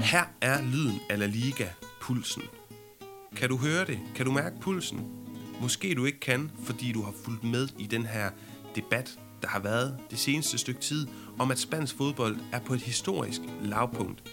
Her er lyden af La Liga, pulsen. Kan du høre det? Kan du mærke pulsen? Måske du ikke kan, fordi du har fulgt med i den her debat, der har været det seneste stykke tid, om at spansk fodbold er på et historisk lavpunkt.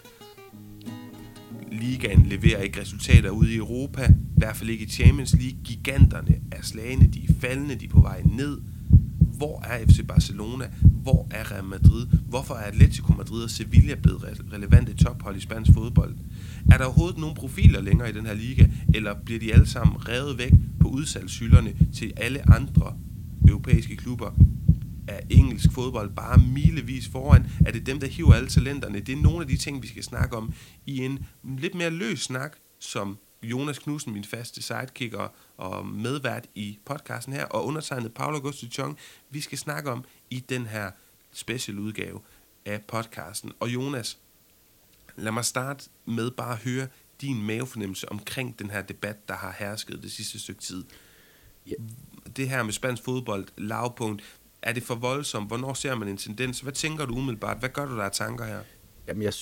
Ligaen leverer ikke resultater ude i Europa, i hvert fald ikke i Champions League. Giganterne er slagne, de er faldende, de er på vej ned. Hvor er FC Barcelona? Hvor er Real Madrid? Hvorfor er Atletico Madrid og Sevilla blevet relevante tophold i spansk fodbold? Er der overhovedet nogen profiler længere i den her liga, eller bliver de alle sammen revet væk på udsalgshylderne til alle andre europæiske klubber? Er engelsk fodbold bare milevis foran? Er det dem, der hiver alle talenterne? Det er nogle af de ting, vi skal snakke om i en lidt mere løs snak, som Jonas Knudsen, min faste sidekicker og medvært i podcasten her, og undertegnet Paul Augusto Chong, vi skal snakke om i den her special udgave af podcasten. Og Jonas, lad mig starte med bare at høre din mavefornemmelse omkring den her debat, der har hersket det sidste stykke tid. Ja. Det her med spansk fodbold, lavpunkt, er det for voldsomt? Hvornår ser man en tendens? Hvad tænker du umiddelbart? Hvad gør du der af tanker her? Jamen, jeg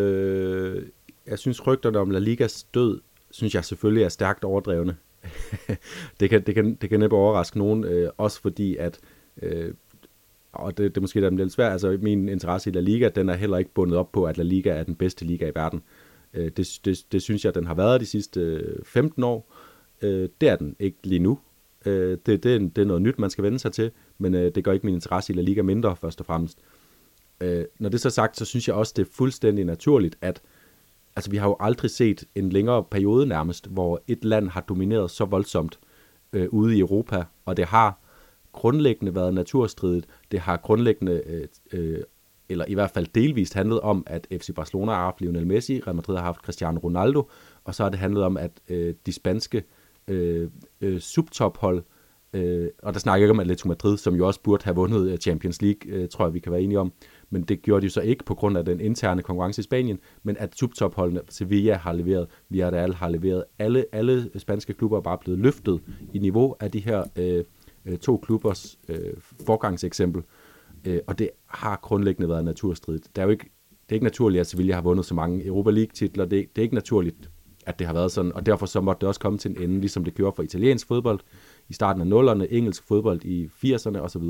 synes rygterne om La Ligas død, synes jeg selvfølgelig er stærkt overdrevne. det kan næppe overraske nogen, også fordi at, og det er måske lidt svært, altså min interesse i La Liga, den er heller ikke bundet op på, at La Liga er den bedste liga i verden. Det synes jeg, den har været de sidste 15 år. Det er den ikke lige nu. Det er noget nyt, man skal vende sig til, men det gør ikke min interesse i La Liga mindre, først og fremmest. Når det så er sagt, så synes jeg også, det er fuldstændig naturligt, at altså, vi har jo aldrig set en længere periode nærmest, hvor et land har domineret så voldsomt ude i Europa, og det har grundlæggende været naturstridigt. Det har grundlæggende, eller i hvert fald delvist handlet om, at FC Barcelona har haft Lionel Messi, Real Madrid har haft Cristiano Ronaldo, og så har det handlet om, at de spanske subtophold, og der snakker jeg ikke om Atletico Madrid, som jo også burde have vundet Champions League, tror jeg, vi kan være enige om, men det gjorde de jo så ikke på grund af den interne konkurrence i Spanien, men at subtopholdene, Sevilla har leveret, Villarreal har leveret, alle spanske klubber er bare blevet løftet i niveau af de her to klubbers forgangseksempel, og det har grundlæggende været naturstridigt. Det er ikke naturligt, at Sevilla har vundet så mange Europa League-titler, det er ikke naturligt, at det har været sådan, og derfor så måtte det også komme til en ende, ligesom det gjorde for italiensk fodbold i starten af 0'erne, engelsk fodbold i 80'erne osv.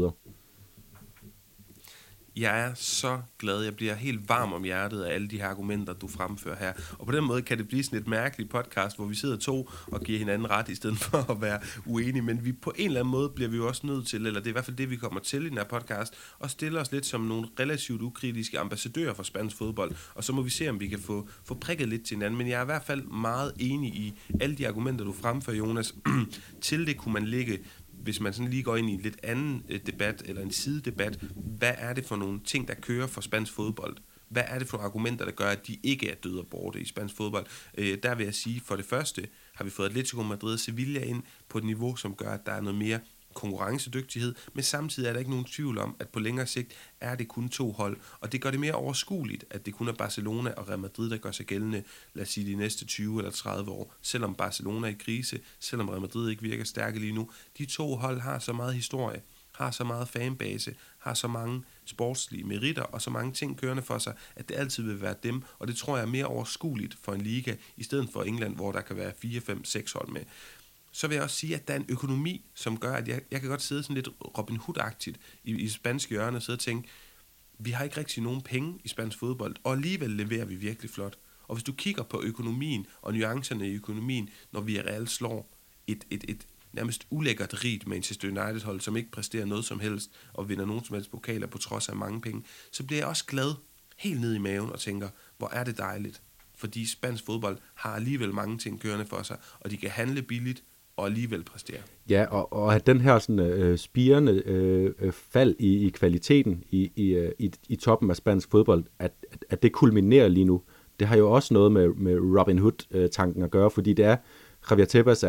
Jeg er så glad, jeg bliver helt varm om hjertet af alle de her argumenter, du fremfører her. Og på den måde kan det blive sådan et mærkeligt podcast, hvor vi sidder to og giver hinanden ret, i stedet for at være uenige. Men vi på en eller anden måde bliver vi jo også nødt til, eller det er i hvert fald det, vi kommer til i den her podcast, og stille os lidt som nogle relativt ukritiske ambassadører for spansk fodbold. Og så må vi se, om vi kan få prikket lidt til hinanden. Men jeg er i hvert fald meget enig i alle de argumenter, du fremfører, Jonas. Til det kunne man lægge, hvis man sådan lige går ind i en lidt anden debat, eller en sidedebat, hvad er det for nogle ting, der kører for spansk fodbold? Hvad er det for nogle argumenter, der gør, at de ikke er døde og borte i spansk fodbold? Der vil jeg sige, for det første har vi fået Atletico Madrid og Sevilla ind på et niveau, som gør, at der er noget mere konkurrencedygtighed, men samtidig er der ikke nogen tvivl om, at på længere sigt er det kun to hold, og det gør det mere overskueligt, at det kun er Barcelona og Real Madrid, der gør sig gældende, lad os sige, de næste 20 eller 30 år, selvom Barcelona er i krise, selvom Real Madrid ikke virker stærke lige nu. De to hold har så meget historie, har så meget fanbase, har så mange sportslige meritter og så mange ting kørende for sig, at det altid vil være dem, og det tror jeg er mere overskueligt for en liga, i stedet for England, hvor der kan være 4, 5, 6 hold med. Så vil jeg også sige, at der er en økonomi, som gør, at jeg kan godt sidde sådan lidt Robin Hood-agtigt i spanske hjørne og sidde og tænke, vi har ikke rigtig nogen penge i spansk fodbold, og alligevel leverer vi virkelig flot. Og hvis du kigger på økonomien og nuancerne i økonomien, når vi reelt slår et nærmest ulækkert rigt Manchester United-hold, som ikke præsterer noget som helst og vinder nogen som helst pokaler på trods af mange penge, så bliver jeg også glad helt ned i maven og tænker, hvor er det dejligt. Fordi spansk fodbold har alligevel mange ting kørende for sig, og de kan handle billigt, og alligevel præstere. Ja, og at den her sådan, spirende fald i kvaliteten i toppen af spansk fodbold, at det kulminerer lige nu, det har jo også noget med Robin Hood-tanken at gøre, fordi det er Javier Tebas,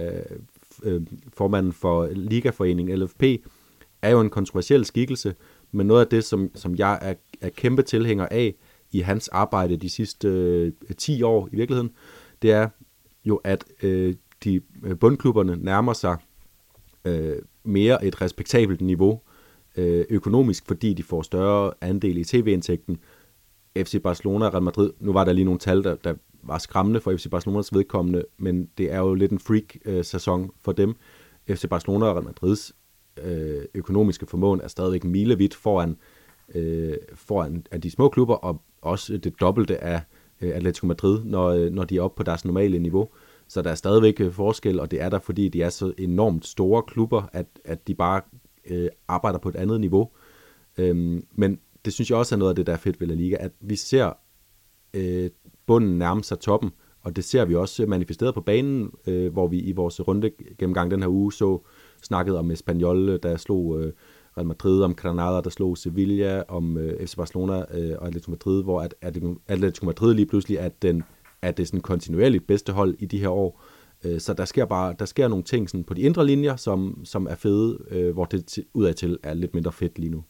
formanden for Ligaforeningen LFP, er jo en kontroversiel skikkelse, men noget af det, som jeg er kæmpe tilhænger af i hans arbejde de sidste 10 år i virkeligheden, det er jo, at de bundklubberne nærmer sig mere et respektabelt niveau økonomisk, fordi de får større andel i tv-indtægten, FC Barcelona og Real Madrid, nu var der lige nogle tal, der var skræmmende for FC Barcelonas vedkommende, men det er jo lidt en freak-sæson for dem. FC Barcelona og Real Madrids økonomiske formåen er stadigvæk milevidt foran af de små klubber, og også det dobbelte af Atletico Madrid, når de er oppe på deres normale niveau. Så der er stadigvæk forskel, og det er der, fordi de er så enormt store klubber, at de bare arbejder på et andet niveau. Men det synes jeg også er noget af det, der er fedt ved La Liga, at vi ser bunden nærme sig toppen, og det ser vi også manifesteret på banen, hvor vi i vores runde gennemgang den her uge snakkede om Espanyol, der slog Real Madrid, om Granada, der slog Sevilla, om FC Barcelona og Atletico Madrid, hvor Atletico Madrid lige pludselig er det sådan kontinuerligt bedste hold i de her år. Så der sker nogle ting sådan på de indre linjer, som er fede, hvor det udadtil er lidt mindre fedt lige nu.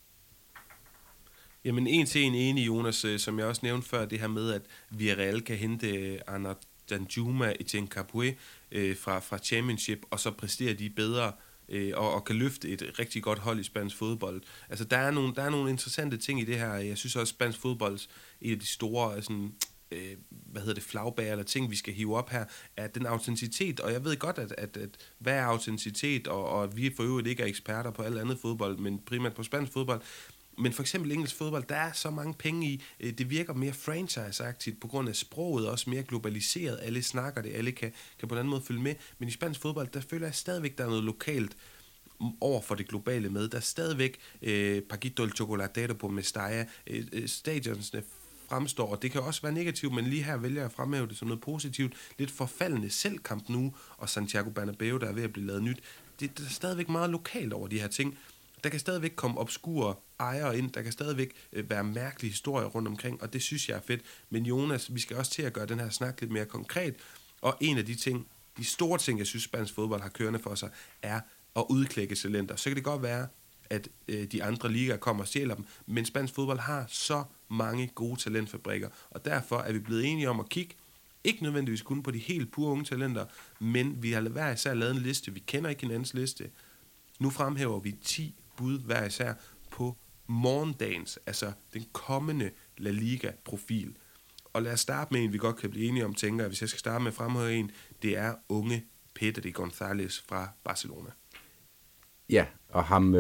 Jamen en til en enig, Jonas, som jeg også nævnte før, det her med, at Villarreal kan hente Arnaud Danjuma, Etienne Capoue fra Championship, og så præsterer de bedre og kan løfte et rigtig godt hold i spansk fodbold. Altså der er nogle interessante ting i det her. Jeg synes også, spansk fodbold, et af de store sådan, flagbærer eller ting, vi skal hive op her, er den autenticitet, og jeg ved godt, at hvad er autenticitet, og vi for øvrigt ikke er eksperter på alt andet fodbold, men primært på spansk fodbold. Men for eksempel engelsk fodbold, der er så mange penge i, det virker mere franchise-agtigt på grund af sproget, også mere globaliseret, alle snakker det, alle kan på en anden måde følge med, men i spansk fodbold, der føler jeg stadigvæk, der er noget lokalt over for det globale med. Der er stadigvæk Paquito el Chocolatero på Mestalla, stadionsne fremstår, og det kan også være negativt, men lige her vælger jeg at fremhæve det som noget positivt, lidt forfaldende selv Camp Nou og Santiago Bernabeu, der er ved at blive lavet nyt. Det er stadigvæk meget lokalt over de her ting. Der kan stadigvæk komme obskure ejere ind, der kan stadigvæk være mærkelige historier rundt omkring, og det synes jeg er fedt. Men Jonas, vi skal også til at gøre den her snak lidt mere konkret, og en af de store ting, jeg synes, spansk fodbold har kørende for sig, er at udklække talenter. Så kan det godt være, at de andre ligaer kommer og stjæler dem, men spansk fodbold har så mange gode talentfabrikker, og derfor er vi blevet enige om at kigge, ikke nødvendigvis kun på de helt pure unge talenter, men vi har hver især lavet en liste, vi kender ikke hinandens liste. Nu fremhæver vi 10 bud hver især på morgendagens, altså den kommende La Liga-profil. Og lad os starte med en, vi godt kan blive enige om, tænker jeg, hvis jeg skal starte med at fremhæve en, det er unge Pedri González fra Barcelona. Ja, og han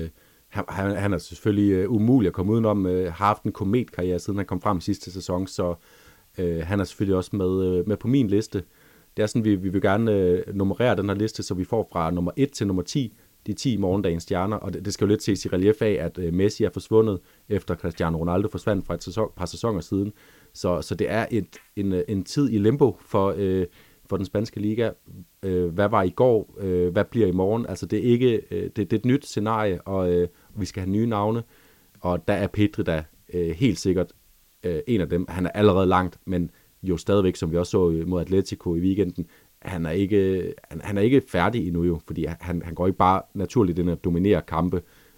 er selvfølgelig umulig at komme udenom, har haft en kometkarriere, siden han kom frem sidste sæson, så han er selvfølgelig også med på min liste. Det er sådan, vi vil gerne nummerere den her liste, så vi får fra nummer 1 til nummer 10, de 10 morgendagens stjerner, og det skal jo lidt ses i relief af, at Messi er forsvundet, efter Cristiano Ronaldo forsvandt fra et par sæsoner siden. Så det er en tid i limbo for den spanske liga. Hvad var i går? Hvad bliver i morgen? Altså det er ikke det er et nyt scenarie, og vi skal have nye navne, og der er Pedri da helt sikkert en af dem. Han er allerede langt, men jo stadigvæk, som vi også så mod Atletico i weekenden, han er ikke færdig endnu jo, fordi han går ikke bare naturligt ind og dominerer kampe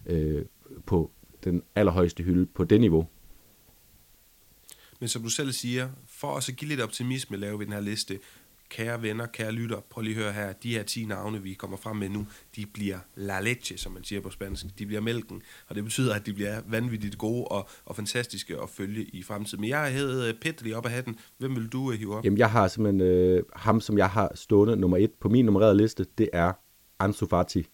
på den allerhøjeste hylde på det niveau. Men som du selv siger, for os at give lidt optimisme, laver vi den her liste. Kære venner, kære lytter, prøv lige at høre her. De her 10 navne, vi kommer frem med nu, de bliver la leche, som man siger på spansk. De bliver mælken, og det betyder, at de bliver vanvittigt gode og fantastiske at følge i fremtiden. Men jeg har hævet Pedri op af hatten. Hvem vil du hive op? Jamen, jeg har simpelthen ham, som jeg har stående nummer 1 på min nummererede liste, det er Ansu Fati.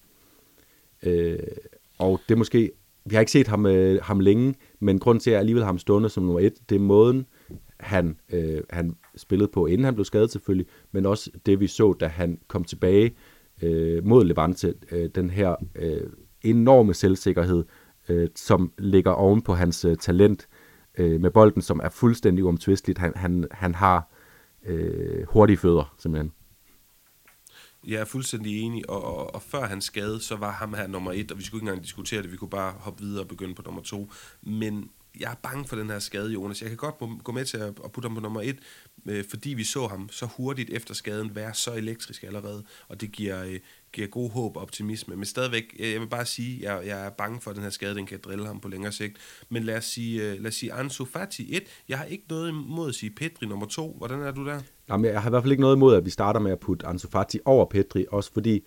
Og det er måske, vi har ikke set ham længe, men grund til, at jeg alligevel har ham stående som nummer 1, det er måden, han spillede på, inden han blev skadet selvfølgelig, men også det, vi så, da han kom tilbage mod Levante, den her enorme selvsikkerhed, som ligger oven på hans talent med bolden, som er fuldstændig uomtvisteligt. Han har hurtige fødder, simpelthen. Jeg er fuldstændig enig, og før hans skade, så var ham her nummer 1, og vi skulle ikke engang diskutere det, vi kunne bare hoppe videre og begynde på nummer 2, men jeg er bange for den her skade, Jonas. Jeg kan godt gå med til at putte ham på nummer 1, fordi vi så ham så hurtigt efter skaden være så elektrisk allerede, og det giver god håb og optimisme. Men stadigvæk, jeg vil bare sige, at jeg er bange for, at den her skade, den kan drille ham på længere sigt. Men lad os sige Ansu Fati 1. Jeg har ikke noget imod at sige Pedri nummer 2. Hvordan er du der? Jamen, jeg har i hvert fald ikke noget imod, at vi starter med at putte Ansu Fati over Pedri, også fordi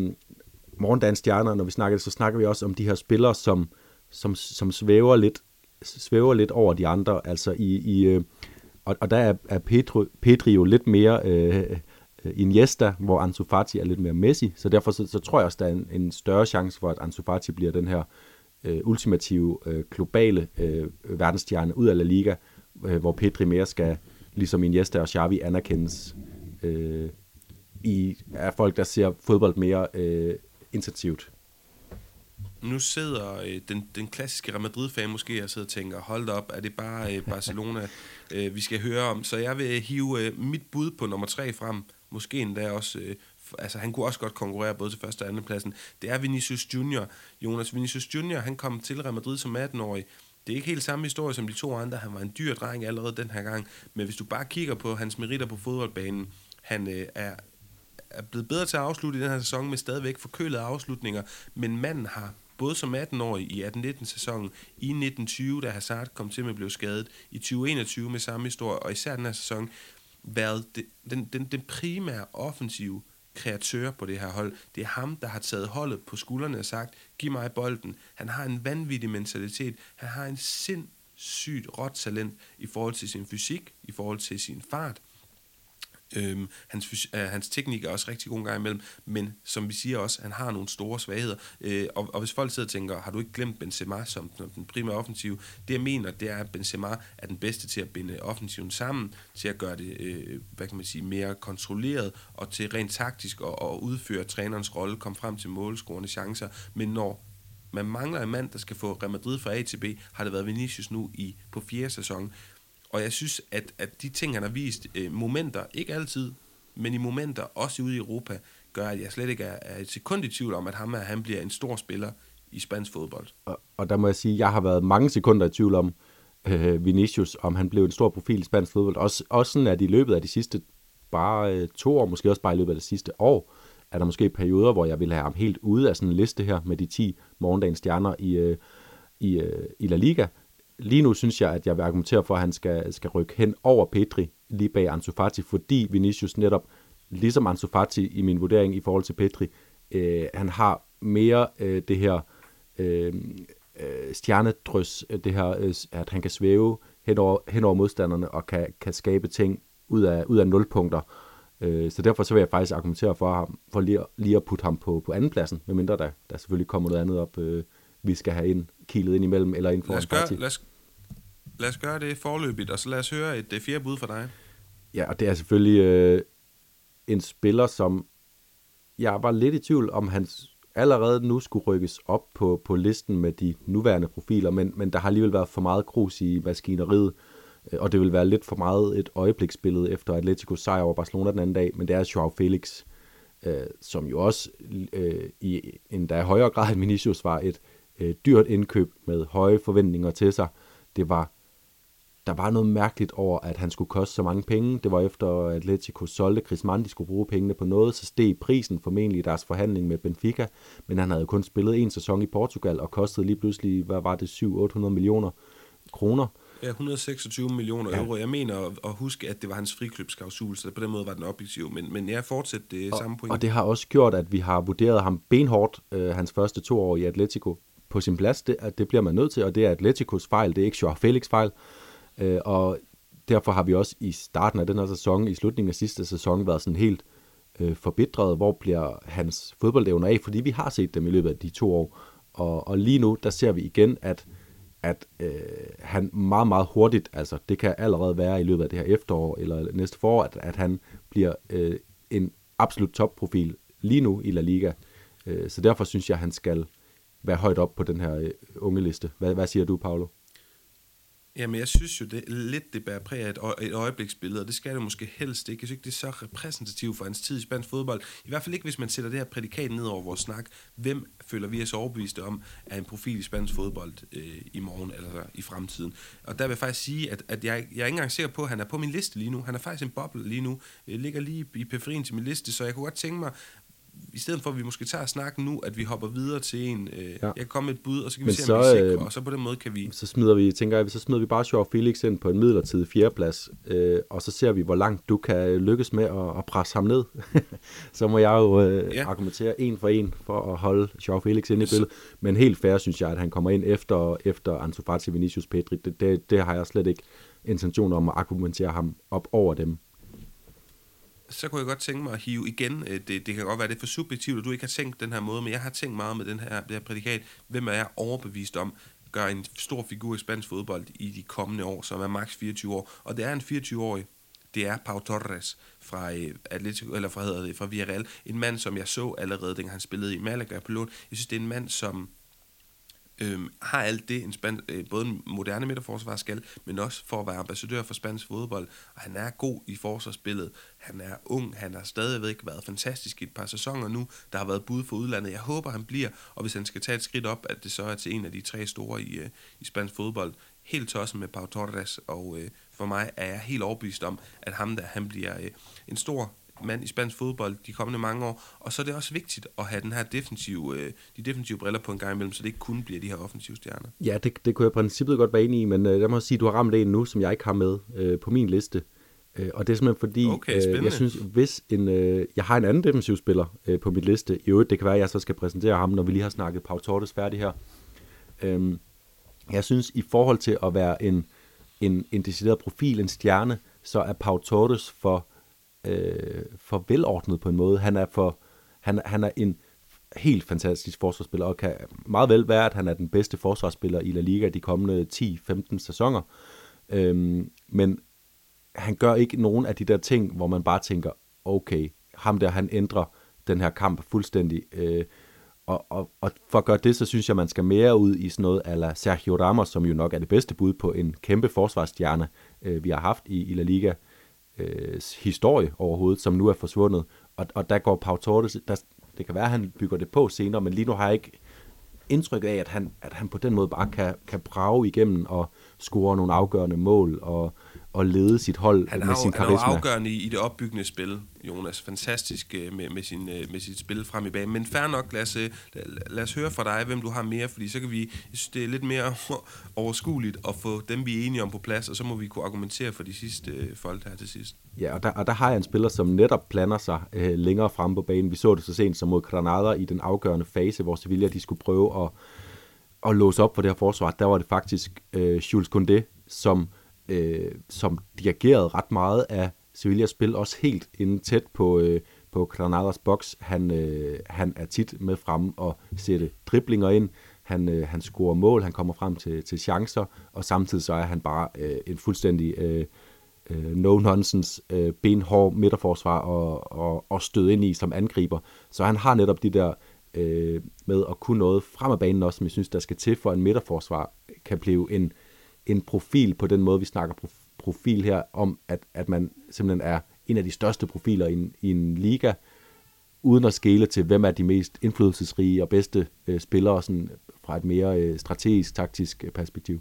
morgendagens stjerner, når vi snakker det, så snakker vi også om de her spillere, som svæver lidt svæver lidt over de andre. Altså og der er Pedri jo lidt mere Iniesta, hvor Ansu Fati er lidt mere Messi, så derfor så tror jeg også, der er en større chance for, at Ansu Fati bliver den her ultimative, globale verdensstjerne ud af La Liga, hvor Pedri mere skal, ligesom Iniesta og Xavi, anerkendes af folk, der ser fodbold mere intensivt. Nu sidder den klassiske Real Madrid-fan måske og sidder og tænker, hold op, er det bare Barcelona, vi skal høre om? Så jeg vil hive mit bud på nummer 3 frem. Måske endda også, altså han kunne også godt konkurrere både til første og anden pladsen. Det er Vinicius Junior. Jonas Vinicius Junior, han kom til Real Madrid som 18-årig. Det er ikke helt samme historie som de 2 andre. Han var en dyr dreng allerede den her gang. Men hvis du bare kigger på hans meritter på fodboldbanen, han er blevet bedre til at afslutte i den her sæson med stadigvæk forkølede afslutninger. Men manden har både som 18-årig i 18-19 sæsonen, i 1920, da Hazard kom til med at blive skadet, i 2021 med samme historie, og især den her sæson, været den primære offensive kreatør på det her hold. Det er ham, der har taget holdet på skuldrene og sagt, giv mig bolden. Han har en vanvittig mentalitet. Han har en sindssygt råt talent i forhold til sin fysik, i forhold til sin fart. Hans teknik er også rigtig god en gang imellem, men som vi siger også, han har nogle store svagheder, og hvis folk sidder og tænker, har du ikke glemt Benzema som den primære offensiv? Det jeg mener, det er, at Benzema er den bedste til at binde offensiven sammen, til at gøre det, mere kontrolleret, og til rent taktisk at udføre trænerens rolle, komme frem til målscorende chancer, men når man mangler en mand, der skal få Real Madrid fra A til B, har det været Vinicius nu på 4. sæson. Og jeg synes, at de ting, han har vist, momenter, ikke altid, men i momenter, også ude i Europa, gør, at jeg slet ikke er et sekund i tvivl om, at han bliver en stor spiller i spansk fodbold. Og der må jeg sige, at jeg har været mange sekunder i tvivl om Vinicius, om han blev en stor profil i spansk fodbold. Også sådan, at i løbet af de sidste bare 2 år, måske også bare i løbet af det sidste år, er der måske perioder, hvor jeg vil have ham helt ude af sådan en liste her, med de 10 morgendagens stjerner i La Liga. Lige nu synes jeg, at jeg vil argumentere for, at han skal rykke hen over Pedri, lige bag Ansu Fati, fordi Vinicius netop, ligesom Ansu Fati i min vurdering i forhold til Pedri, han har mere det her stjernedrys, det her, at han kan svæve hen over modstanderne og kan skabe ting ud af 0 punkter. Så derfor så vil jeg faktisk argumentere for ham, for lige at putte ham på andenpladsen, medmindre der selvfølgelig kommer noget andet op, vi skal have kilet ind imellem, eller ind foran Fati. Lad os gøre det forløbigt, og så lad os høre et 4. bud fra dig. Ja, og det er selvfølgelig en spiller, som jeg var lidt i tvivl om, han allerede nu skulle rykkes op på listen med de nuværende profiler, men der har alligevel været for meget grus i maskineriet, og det vil være lidt for meget et øjebliksbillede efter Atleticos sejr over Barcelona den anden dag, men det er Joao Felix, som jo også i endda højere grad end Vinicius var et dyrt indkøb med høje forventninger til sig. Der var noget mærkeligt over, at han skulle koste så mange penge. Det var efter Atletico solgte Griezmann, de skulle bruge pengene på noget, så steg prisen formentlig i deres forhandling med Benfica, men han havde kun spillet 1 sæson i Portugal og kostede lige pludselig, hvad var det, 700-800 millioner kroner. Ja, 126 millioner euro. Jeg mener at huske, at det var hans frikøbsklausul, så på den måde var den objektiv, men jeg fortsætter det samme point. Og det har også gjort, at vi har vurderet ham benhårdt, hans første 2 år i Atletico, på sin plads. Det bliver man nødt til, og det er Atleticos fejl, det er ikke Joao Felix fejl. Og derfor har vi også i starten af den her sæson, i slutningen af sidste sæson, været sådan helt forbitret, hvor bliver hans fodboldevner af, fordi vi har set dem i løbet af de 2 år. Og lige nu, der ser vi igen, at han meget, meget hurtigt, altså det kan allerede være i løbet af det her efterår, eller næste forår, at han bliver en absolut topprofil lige nu i La Liga. Så derfor synes jeg, at han skal være højt op på den her unge liste. Hvad siger du, Paolo? Jamen, jeg synes jo, det bærer præg af et øjebliksbillede, og det skal det måske helst ikke. Jeg synes ikke, det er så repræsentativt for hans tid i spansk fodbold. I hvert fald ikke, hvis man sætter det her prædikat ned over vores snak. Hvem føler vi os overbeviste om, er en profil i spansk fodbold i morgen, eller i fremtiden? Og der vil jeg faktisk sige, at jeg er ikke engang sikker på, at han er på min liste lige nu. Han er faktisk en boble lige nu. Jeg ligger lige i periferien til min liste, så jeg kunne godt tænke mig, i stedet for, at vi måske tager snakken nu, at vi hopper videre til en, jeg kan komme med et bud, og så kan vi se, så, om vi er sikre, og så på den måde kan vi... Så smider vi bare Joao Felix ind på en midlertidig fjerdeplads, og så ser vi, hvor langt du kan lykkes med at presse ham ned. Så må jeg jo argumentere en for at holde Joao Felix inde i billedet, men helt fair synes jeg, at han kommer ind efter Ansu Fati, Vinicius, Pedri. Det har jeg slet ikke intention om at argumentere ham op over dem. Så kunne jeg godt tænke mig at hive igen, det kan godt være, det er for subjektivt, og du ikke har tænkt den her måde, men jeg har tænkt meget med det her prædikat, hvem er jeg overbevist om, gør en stor figur i spansk fodbold i de kommende år, som er maks 24 år, og det er en 24-årig, det er Pau Torres fra Atletico, eller fra Villarreal, en mand, som jeg så allerede, dengang han spillede i Malaga på lån. Jeg synes, det er en mand, som har alt det, både en moderne midterforsvar skal, men også for at være ambassadør for spansk fodbold, og han er god i forsvarsspillet, han er ung, han har stadigvæk været fantastisk i et par sæsoner nu, der har været bud for udlandet, jeg håber han bliver, og hvis han skal tage et skridt op, at det så er til en af de 3 store i spansk fodbold, helt tosset med Pau Torres, og for mig er jeg helt overbevist om, at han bliver en stor mand i spansk fodbold de kommende mange år, og så er det også vigtigt at have den her de defensive briller på en gang imellem, så det ikke kun bliver de her offensive stjerner. Ja, det kunne jeg i princippet godt være enig i, men jeg må sige, at du har ramt en nu, som jeg ikke har med på min liste. Og det er simpelthen fordi, jeg synes, hvis jeg har en anden defensiv spiller på min liste, i øvrigt, det kan være, at jeg så skal præsentere ham, når vi lige har snakket Pau Torres færdig her. Jeg synes, i forhold til at være en decideret profil, en stjerne, så er Pau Torres for velordnet på en måde. Han er en helt fantastisk forsvarsspiller, og kan meget vel være, at han er den bedste forsvarsspiller i La Liga de kommende 10-15 sæsoner. Men han gør ikke nogen af de der ting, hvor man bare tænker, okay, ham der, han ændrer den her kamp fuldstændig. Og for at gøre det, så synes jeg, man skal mere ud i sådan noget a la Sergio Ramos, som jo nok er det bedste bud på en kæmpe forsvarsstjerne, vi har haft i La Liga historie overhovedet, som nu er forsvundet. Og der går Pau Torres, det kan være, at han bygger det på senere, men lige nu har jeg ikke indtryk af, at han på den måde bare kan brage igennem og score nogle afgørende mål og lede sit hold med sin karisma. Han er jo afgørende i det opbyggende spil, Jonas. Fantastisk med sit spil frem i banen. Men fair nok, lad os høre fra dig, hvem du har mere, fordi så kan vi, jeg synes, det er lidt mere overskueligt at få dem, vi er enige om på plads, og så må vi kunne argumentere for de sidste folk her til sidst. Ja, og der har jeg en spiller, som netop planer sig længere fremme på banen. Vi så det så sent som mod Granada i den afgørende fase, hvor Sevilla de skulle prøve at låse op for det her forsvar. Der var det faktisk Jules Koundé, som dirigerede ret meget af Sevillas spil, også helt inde tæt på Granadas boks. Han er tit med frem og sætte driblinger ind. Han scorer mål, han kommer frem til chancer, og samtidig så er han bare en fuldstændig no-nonsense, benhård midterforsvar og støde ind i som angriber. Så han har netop de der med at kunne noget frem af banen også, som jeg synes, der skal til for en midterforsvar kan blive en profil på den måde, vi snakker profil her, om at man simpelthen er en af de største profiler i en liga, uden at skele til, hvem er de mest indflydelsesrige og bedste spillere sådan fra et mere strategisk, taktisk perspektiv.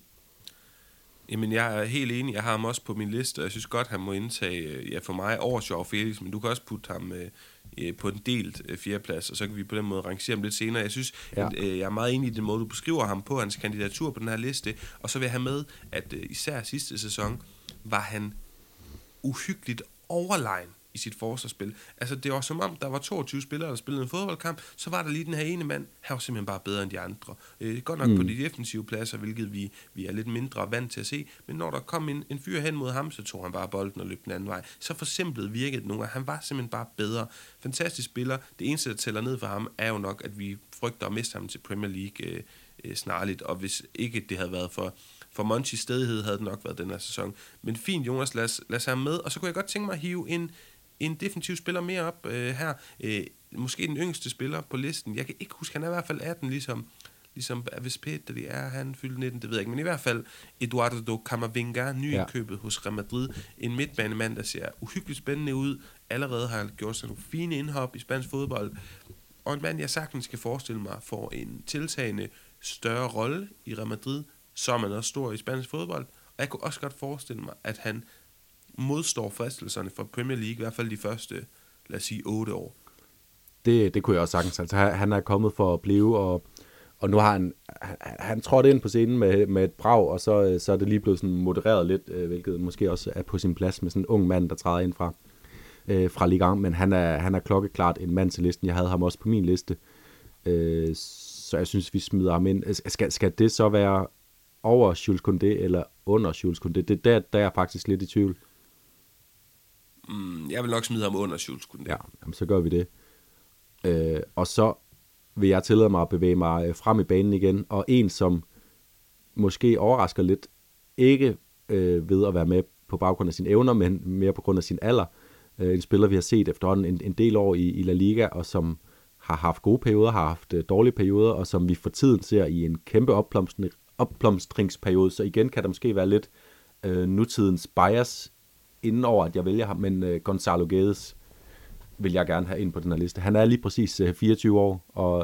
Jamen, jeg er helt enig. Jeg har ham også på min liste, og jeg synes godt, han må indtage, for mig, over Joao Felix, men du kan også putte ham på en delt fjerdeplads, og så kan vi på den måde rangere ham lidt senere. Jeg synes, jeg er meget enig i den måde, du beskriver ham på, hans kandidatur på den her liste, og så vil jeg have med, at især sidste sæson var han uhyggeligt overlegen i sit forsvarsspil. Altså, det var som om, der var 22 spillere, der spillede en fodboldkamp, så var der lige den her ene mand, han var simpelthen bare bedre end de andre. Godt nok på de defensive pladser, hvilket vi er lidt mindre vant til at se, men når der kom en fyr hen mod ham, så tog han bare bolden og løb den anden vej. Så forsimplet virkede det nogle gange. Han var simpelthen bare bedre. Fantastisk spiller. Det eneste, der tæller ned for ham, er jo nok, at vi frygter at miste ham til Premier League snarligt, og hvis ikke det havde været for Monchis stedighed, havde det nok været den her sæson. Men fint, Jonas, lad os have med, og så kunne jeg godt tænke mig at hive en defensiv spiller mere op her. Måske den yngste spiller på listen. Jeg kan ikke huske, han er i hvert fald 18, ligesom hvis Pedri er, han fyldte 19, det ved jeg ikke. Men i hvert fald Eduardo Camavinga, nyindkøbet hos Real Madrid. En midtbanemand, der ser uhyggeligt spændende ud. Allerede har gjort sig nogle fine indhop i spansk fodbold. Og en mand, jeg sagtens kan forestille mig, får en tiltagende større rolle i Real Madrid, så er man også stor i spansk fodbold. Og jeg kunne også godt forestille mig, at han modstår fristelserne fra Premier League, i hvert fald de første, lad os sige, 8 år. Det kunne jeg også sagtens. Altså, han er kommet for at blive, og nu har han trådt ind på scenen med et brag, og så er det lige blevet sådan modereret lidt, hvilket måske også er på sin plads med sådan en ung mand, der træder ind fra Ligue 1, men han er klokkeklart en mand til listen. Jeg havde ham også på min liste, så jeg synes, vi smider ham ind. Skal det så være over Jules Koundé eller under Jules Koundé? Det der er jeg faktisk lidt i tvivl. Jeg vil nok smide ham under Jules Koundé. Ja, jamen, så gør vi det. Og så vil jeg tillade mig at bevæge mig frem i banen igen, og en, som måske overrasker lidt, ikke ved at være med på baggrund af sine evner, men mere på grund af sin alder. En spiller, vi har set efterhånden en del år i La Liga, og som har haft gode perioder, har haft dårlige perioder, og som vi for tiden ser i en kæmpe opblomstringsperiode. Så igen kan der måske være lidt nutidens bias inden over, at jeg vælger ham, men Gonzalo Guedes vil jeg gerne have ind på den her liste. Han er lige præcis 24 år,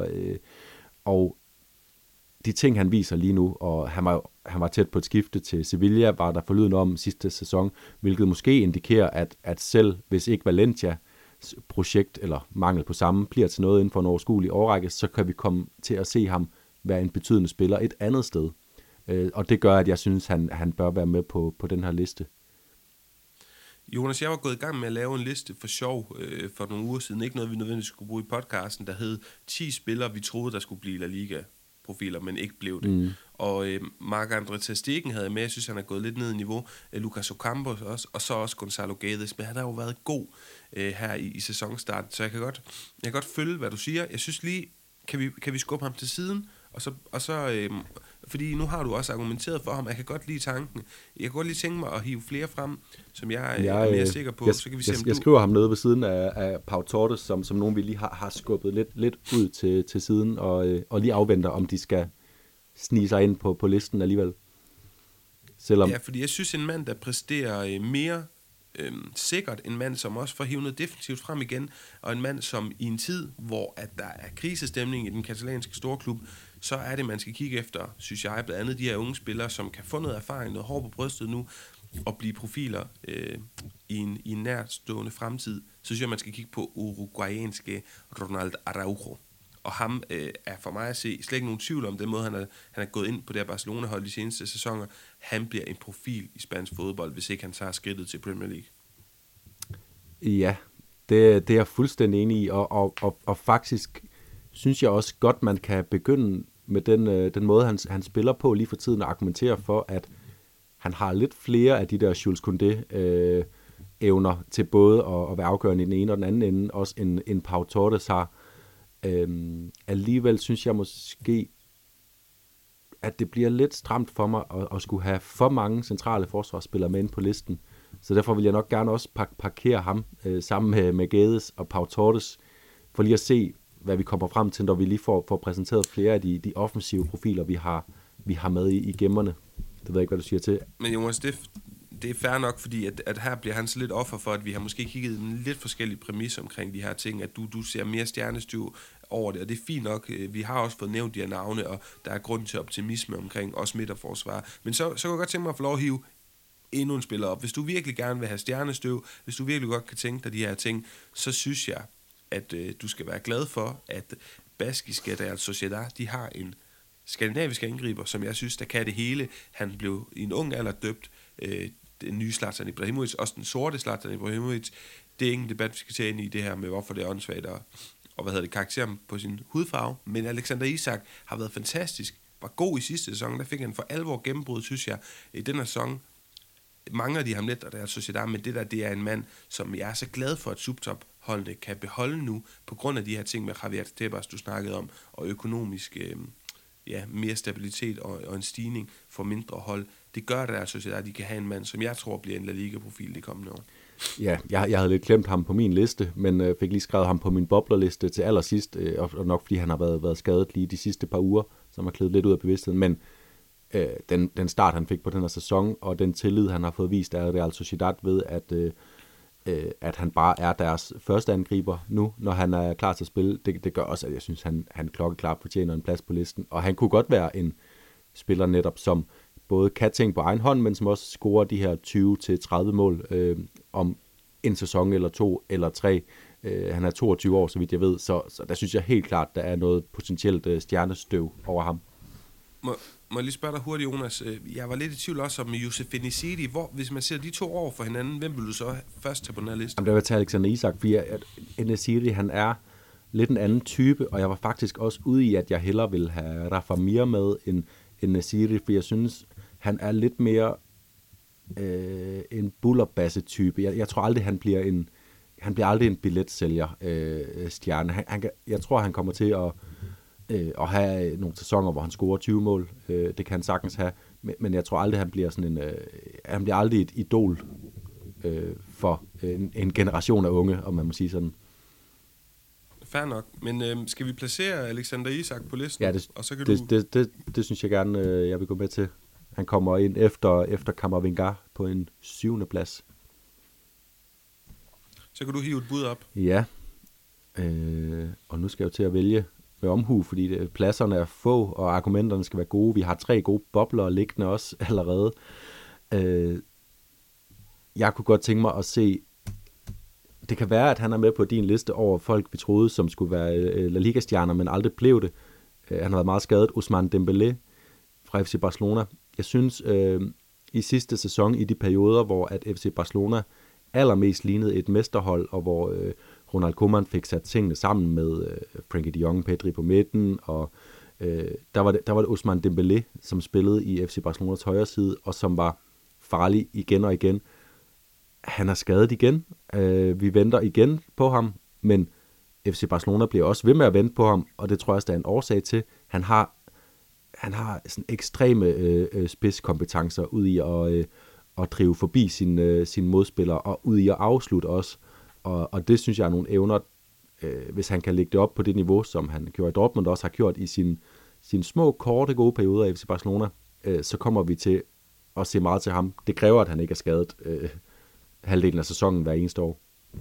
og de ting, han viser lige nu, og han var tæt på et skifte til Sevilla, var der forlyden om sidste sæson, hvilket måske indikerer, at selv hvis ikke Valencia projekt eller mangel på samme bliver til noget inden for en overskuelig årrække, så kan vi komme til at se ham være en betydende spiller et andet sted. Og det gør, at jeg synes, han bør være med på den her liste. Jonas, jeg var gået i gang med at lave en liste for sjov for nogle uger siden. Ikke noget, vi nødvendigvis skulle bruge i podcasten, der hed 10 spillere, vi troede, der skulle blive La Liga-profiler, men ikke blev det. Og Marc-André ter Stegen havde jeg med. Jeg synes, han er gået lidt ned i niveau. Lucas Ocampos også, og så også Gonzalo Guedes. Men han har jo været god her i sæsonstarten, så jeg kan godt følge, hvad du siger. Jeg synes lige, kan vi skubbe ham til siden, og så fordi nu har du også argumenteret for ham. Jeg kan godt lide tanken. Jeg kan godt lige tænke mig at hive flere frem, som jeg er mere sikker på. Så kan vi se, jeg skriver ham nede ved siden af Pau Torres, som nogen vi lige har skubbet lidt ud til siden, og lige afventer, om de skal snige sig ind på listen alligevel. Selvom... Ja, fordi jeg synes, en mand, der præsterer mere sikkert, en mand, som også får hivet noget defensivt frem igen, og en mand, som i en tid, hvor at der er krisestemning i den katalanske storklub, så er det, man skal kigge efter, synes jeg, blandt andet de her unge spillere, som kan få noget erfaring, noget hår på brystet nu, og blive profiler i en nærstående fremtid. Så synes jeg, man skal kigge på uruguayanske Ronald Araujo. Og ham er for mig at se slet ikke nogen tvivl om den måde, han er gået ind på det her Barcelona-hold de seneste sæsoner. Han bliver en profil i spansk fodbold, hvis ikke han tager skridtet til Premier League. Ja, det er jeg fuldstændig enig i, og faktisk synes jeg også godt, man kan begynde med den måde, han spiller på lige for tiden, og argumentere for, at han har lidt flere af de der Jules Koundé-evner til både at være afgørende i den ene og den anden ende, også en Pau Torres har. Alligevel synes jeg måske, at det bliver lidt stramt for mig at skulle have for mange centrale forsvarsspillere med ind på listen. Så derfor vil jeg nok gerne også parkere ham sammen med Guedes og Pau Torres, for lige at se, hvad vi kommer frem til, når vi lige får præsenteret flere af de offensive profiler, vi har med i gemmerne. Det ved jeg ikke, hvad du siger til. Men Jonas, det er fair nok, fordi at her bliver han så lidt offer for, at vi har måske kigget en lidt forskellig præmis omkring de her ting, at du ser mere stjernestyv over det, og det er fint nok. Vi har også fået nævnt de her navne, og der er grund til optimisme omkring også midterforsvar. Men så kan jeg godt tænke mig at få lov at hive endnu en spiller op. Hvis du virkelig gerne vil have stjernestøv, hvis du virkelig godt kan tænke dig de her ting, så synes jeg, at du skal være glad for, at baskiske Real Sociedad, de har en skandinavisk angriber, som jeg synes, der kan det hele. Han blev i en ung alder døbt, den nye Zlatan Ibrahimovic, også den sorte Zlatan Ibrahimovic. Det er ingen debat, vi skal tage ind i det her med, hvorfor det er åndssvagt og karakteren på sin hudfarve. Men Alexander Isak har været fantastisk, var god i sidste sæson, der fik han for alvor gennembrud, synes jeg. I den her sæson mangler de ham lidt, og der er Sociedad, men det er en mand, som jeg er så glad for, at subtop-holdene kan beholde nu, på grund af de her ting med Javier Tebas, du snakkede om, og økonomisk mere stabilitet og en stigning for mindre hold. Det gør det altså, at de kan have en mand, som jeg tror bliver en La Liga-profil de kommende år. Ja, jeg havde lidt glemt ham på min liste, men fik lige skrevet ham på min boblerliste til allersidst, og nok fordi han har været skadet lige de sidste par uger, som har klædet lidt ud af bevidstheden, men den start, han fik på den her sæson, og den tillid, han har fået vist af Real Sociedad ved, at han bare er deres første angriber nu, når han er klar til at spille. Det gør også, at jeg synes, han klokkeklart fortjener en plads på listen. Og han kunne godt være en spiller netop, som både kan tænke på egen hånd, men som også scorer de her 20-30 mål om en sæson eller 2 eller 3. Han er 22 år, så vidt jeg ved, så der synes jeg helt klart, der er noget potentielt stjernestøv over ham. Må jeg lige spørge dig hurtigt, Jonas? Jeg var lidt i tvivl også om Youssef En-Nesyri. Hvis man ser de to over for hinanden, hvem vil du så først tage på den her liste? Jamen, der vil jeg tage Alexander Isak, fordi En-Nesyri, han er lidt en anden type, og jeg var faktisk også ude i, at jeg hellere ville have Rafa Mir med end En-Nesyri, for jeg synes, han er lidt mere en bullerbasse-type. Jeg tror aldrig, han bliver aldrig en billetsælger stjerne. Jeg tror, han kommer til at have nogle sæsoner, hvor han scorer 20 mål. Det kan han sagtens have. Men jeg tror aldrig, han bliver sådan han bliver aldrig et idol for en generation af unge, om man må sige sådan. Fair nok. Men skal vi placere Alexander Isak på listen? Ja, og så kan det synes jeg gerne, jeg vil gå med til. Han kommer ind efter Camavinga på en 7. plads. Så kan du hive et bud op. Ja. Og nu skal jeg jo til at vælge med omhu, fordi pladserne er få, og argumenterne skal være gode. Vi har 3 gode bobler liggende også allerede. Jeg kunne godt tænke mig at se, det kan være, at han er med på din liste over folk, vi troede, som skulle være La Liga-stjerner, men aldrig blev det. Han har været meget skadet. Ousmane Dembélé fra FC Barcelona. Jeg synes, i sidste sæson, i de perioder, hvor at FC Barcelona allermest lignede et mesterhold, og hvor Ronald Koeman fik sat tingene sammen med Frenkie de Jong, Pedri på midten, og der var det Ousmane Dembélé, som spillede i FC Barcelonas højre side, og som var farlig igen og igen. Han er skadet igen. Vi venter igen på ham, men FC Barcelona bliver også ved med at vente på ham, og det tror jeg også, der er en årsag til. Han har sådan ekstreme spidskompetencer ud i at drive forbi sine modspillere, og ud i at afslutte også. Og det synes jeg er nogle evner, hvis han kan lægge det op på det niveau, som han gjorde i Dortmund, også har gjort i sine små, korte, gode perioder i FC Barcelona, så kommer vi til at se meget til ham. Det kræver, at han ikke er skadet halvdelen af sæsonen hver eneste år.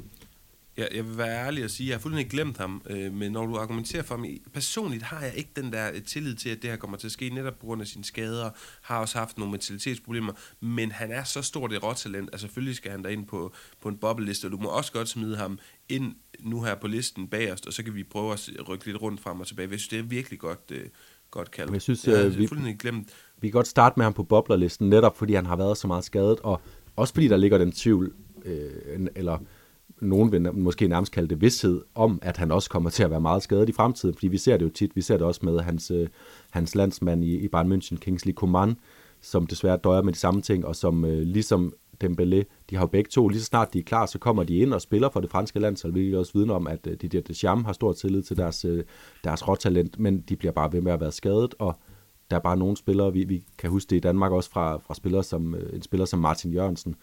Jeg vil være ærlig og sige, at jeg har fuldstændig glemt ham, men når du argumenterer for ham, personligt har jeg ikke den der tillid til, at det her kommer til at ske, netop på grund af sine skader, har også haft nogle mentalitetsproblemer, men han er så stort et råtalent, at selvfølgelig skal han derind på en bobbeliste, og du må også godt smide ham ind nu her på listen bagerst, og så kan vi prøve at rykke lidt rundt frem og tilbage. Jeg synes, det er virkelig godt kaldt. Jeg synes, jeg har fuldstændig glemt. Vi kan godt starte med ham på boblerlisten, netop fordi han har været så meget skadet, og også fordi der ligger den tvivl, eller nogen vil måske nærmest kalde det vished om, at han også kommer til at være meget skadet i fremtiden, fordi vi ser det jo tit. Vi ser det også med hans landsmand i Bayern München, Kingsley Coman, som desværre døjer med de samme ting, og som ligesom Dembélé, de har jo begge to, lige så snart de er klar, så kommer de ind og spiller for det franske landshold, hvilket også vidner om, at Didier Deschamps har stor tillid til deres råtalent, men de bliver bare ved med at være skadet, og der er bare nogle spillere, vi kan huske det i Danmark også fra spillere som en spiller som Martin Jørgensen,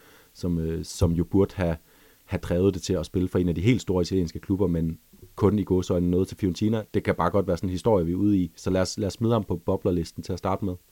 som jo burde have drevet det til at spille for en af de helt store italienske klubber, men kun i gåseøjne noget til Fiorentina. Det kan bare godt være sådan en historie, vi er ude i. Så lad os smide ham på boblerlisten til at starte med.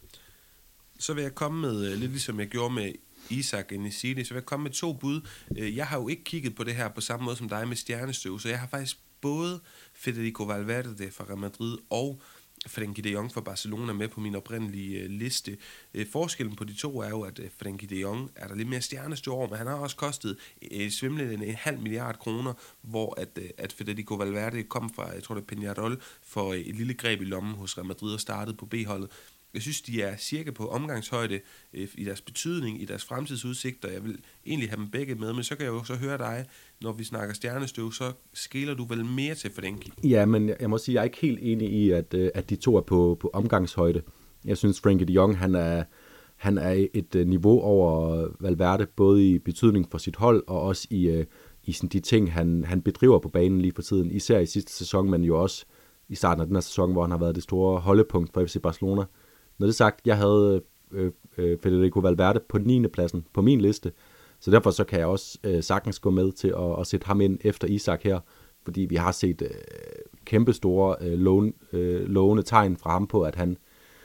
Så vil jeg komme med, lidt ligesom jeg gjorde med Isak En-Nesyri, så vil jeg komme med 2 bud. Jeg har jo ikke kigget på det her på samme måde som dig med stjernestøv, så jeg har faktisk både Federico Valverde fra Real Madrid og Frenkie de Jong fra Barcelona med på min oprindelige liste. Forskellen på de to er jo, at Frenkie de Jong er der lidt mere stjernestøv over, men han har også kostet svimlende 0,5 milliard kroner, hvor at Federico Valverde kom fra, jeg tror det er Peñarol, for et lille greb i lommen hos Real Madrid og startede på B-holdet. Jeg synes, de er cirka på omgangshøjde i deres betydning, i deres fremtidsudsigter. Jeg vil egentlig have dem begge med, men så kan jeg jo så høre dig, når vi snakker stjernestøv, så skeler du vel mere til Frenkie. Ja, men jeg må sige, jeg er ikke helt enig i, at de to er på omgangshøjde. Jeg synes, Frenkie de Jong, han er et niveau over Valverde, både i betydning for sit hold, og også i sådan de ting, han bedriver på banen lige for tiden. Især i sidste sæson, men jo også i starten af den her sæson, hvor han har været det store holdepunkt for FC Barcelona. Når det sagt, jeg havde Federico Valverde på 9. pladsen på min liste, så derfor så kan jeg også sagtens gå med til at sætte ham ind efter Isak her, fordi vi har set kæmpestore lovende tegn fra ham på, at han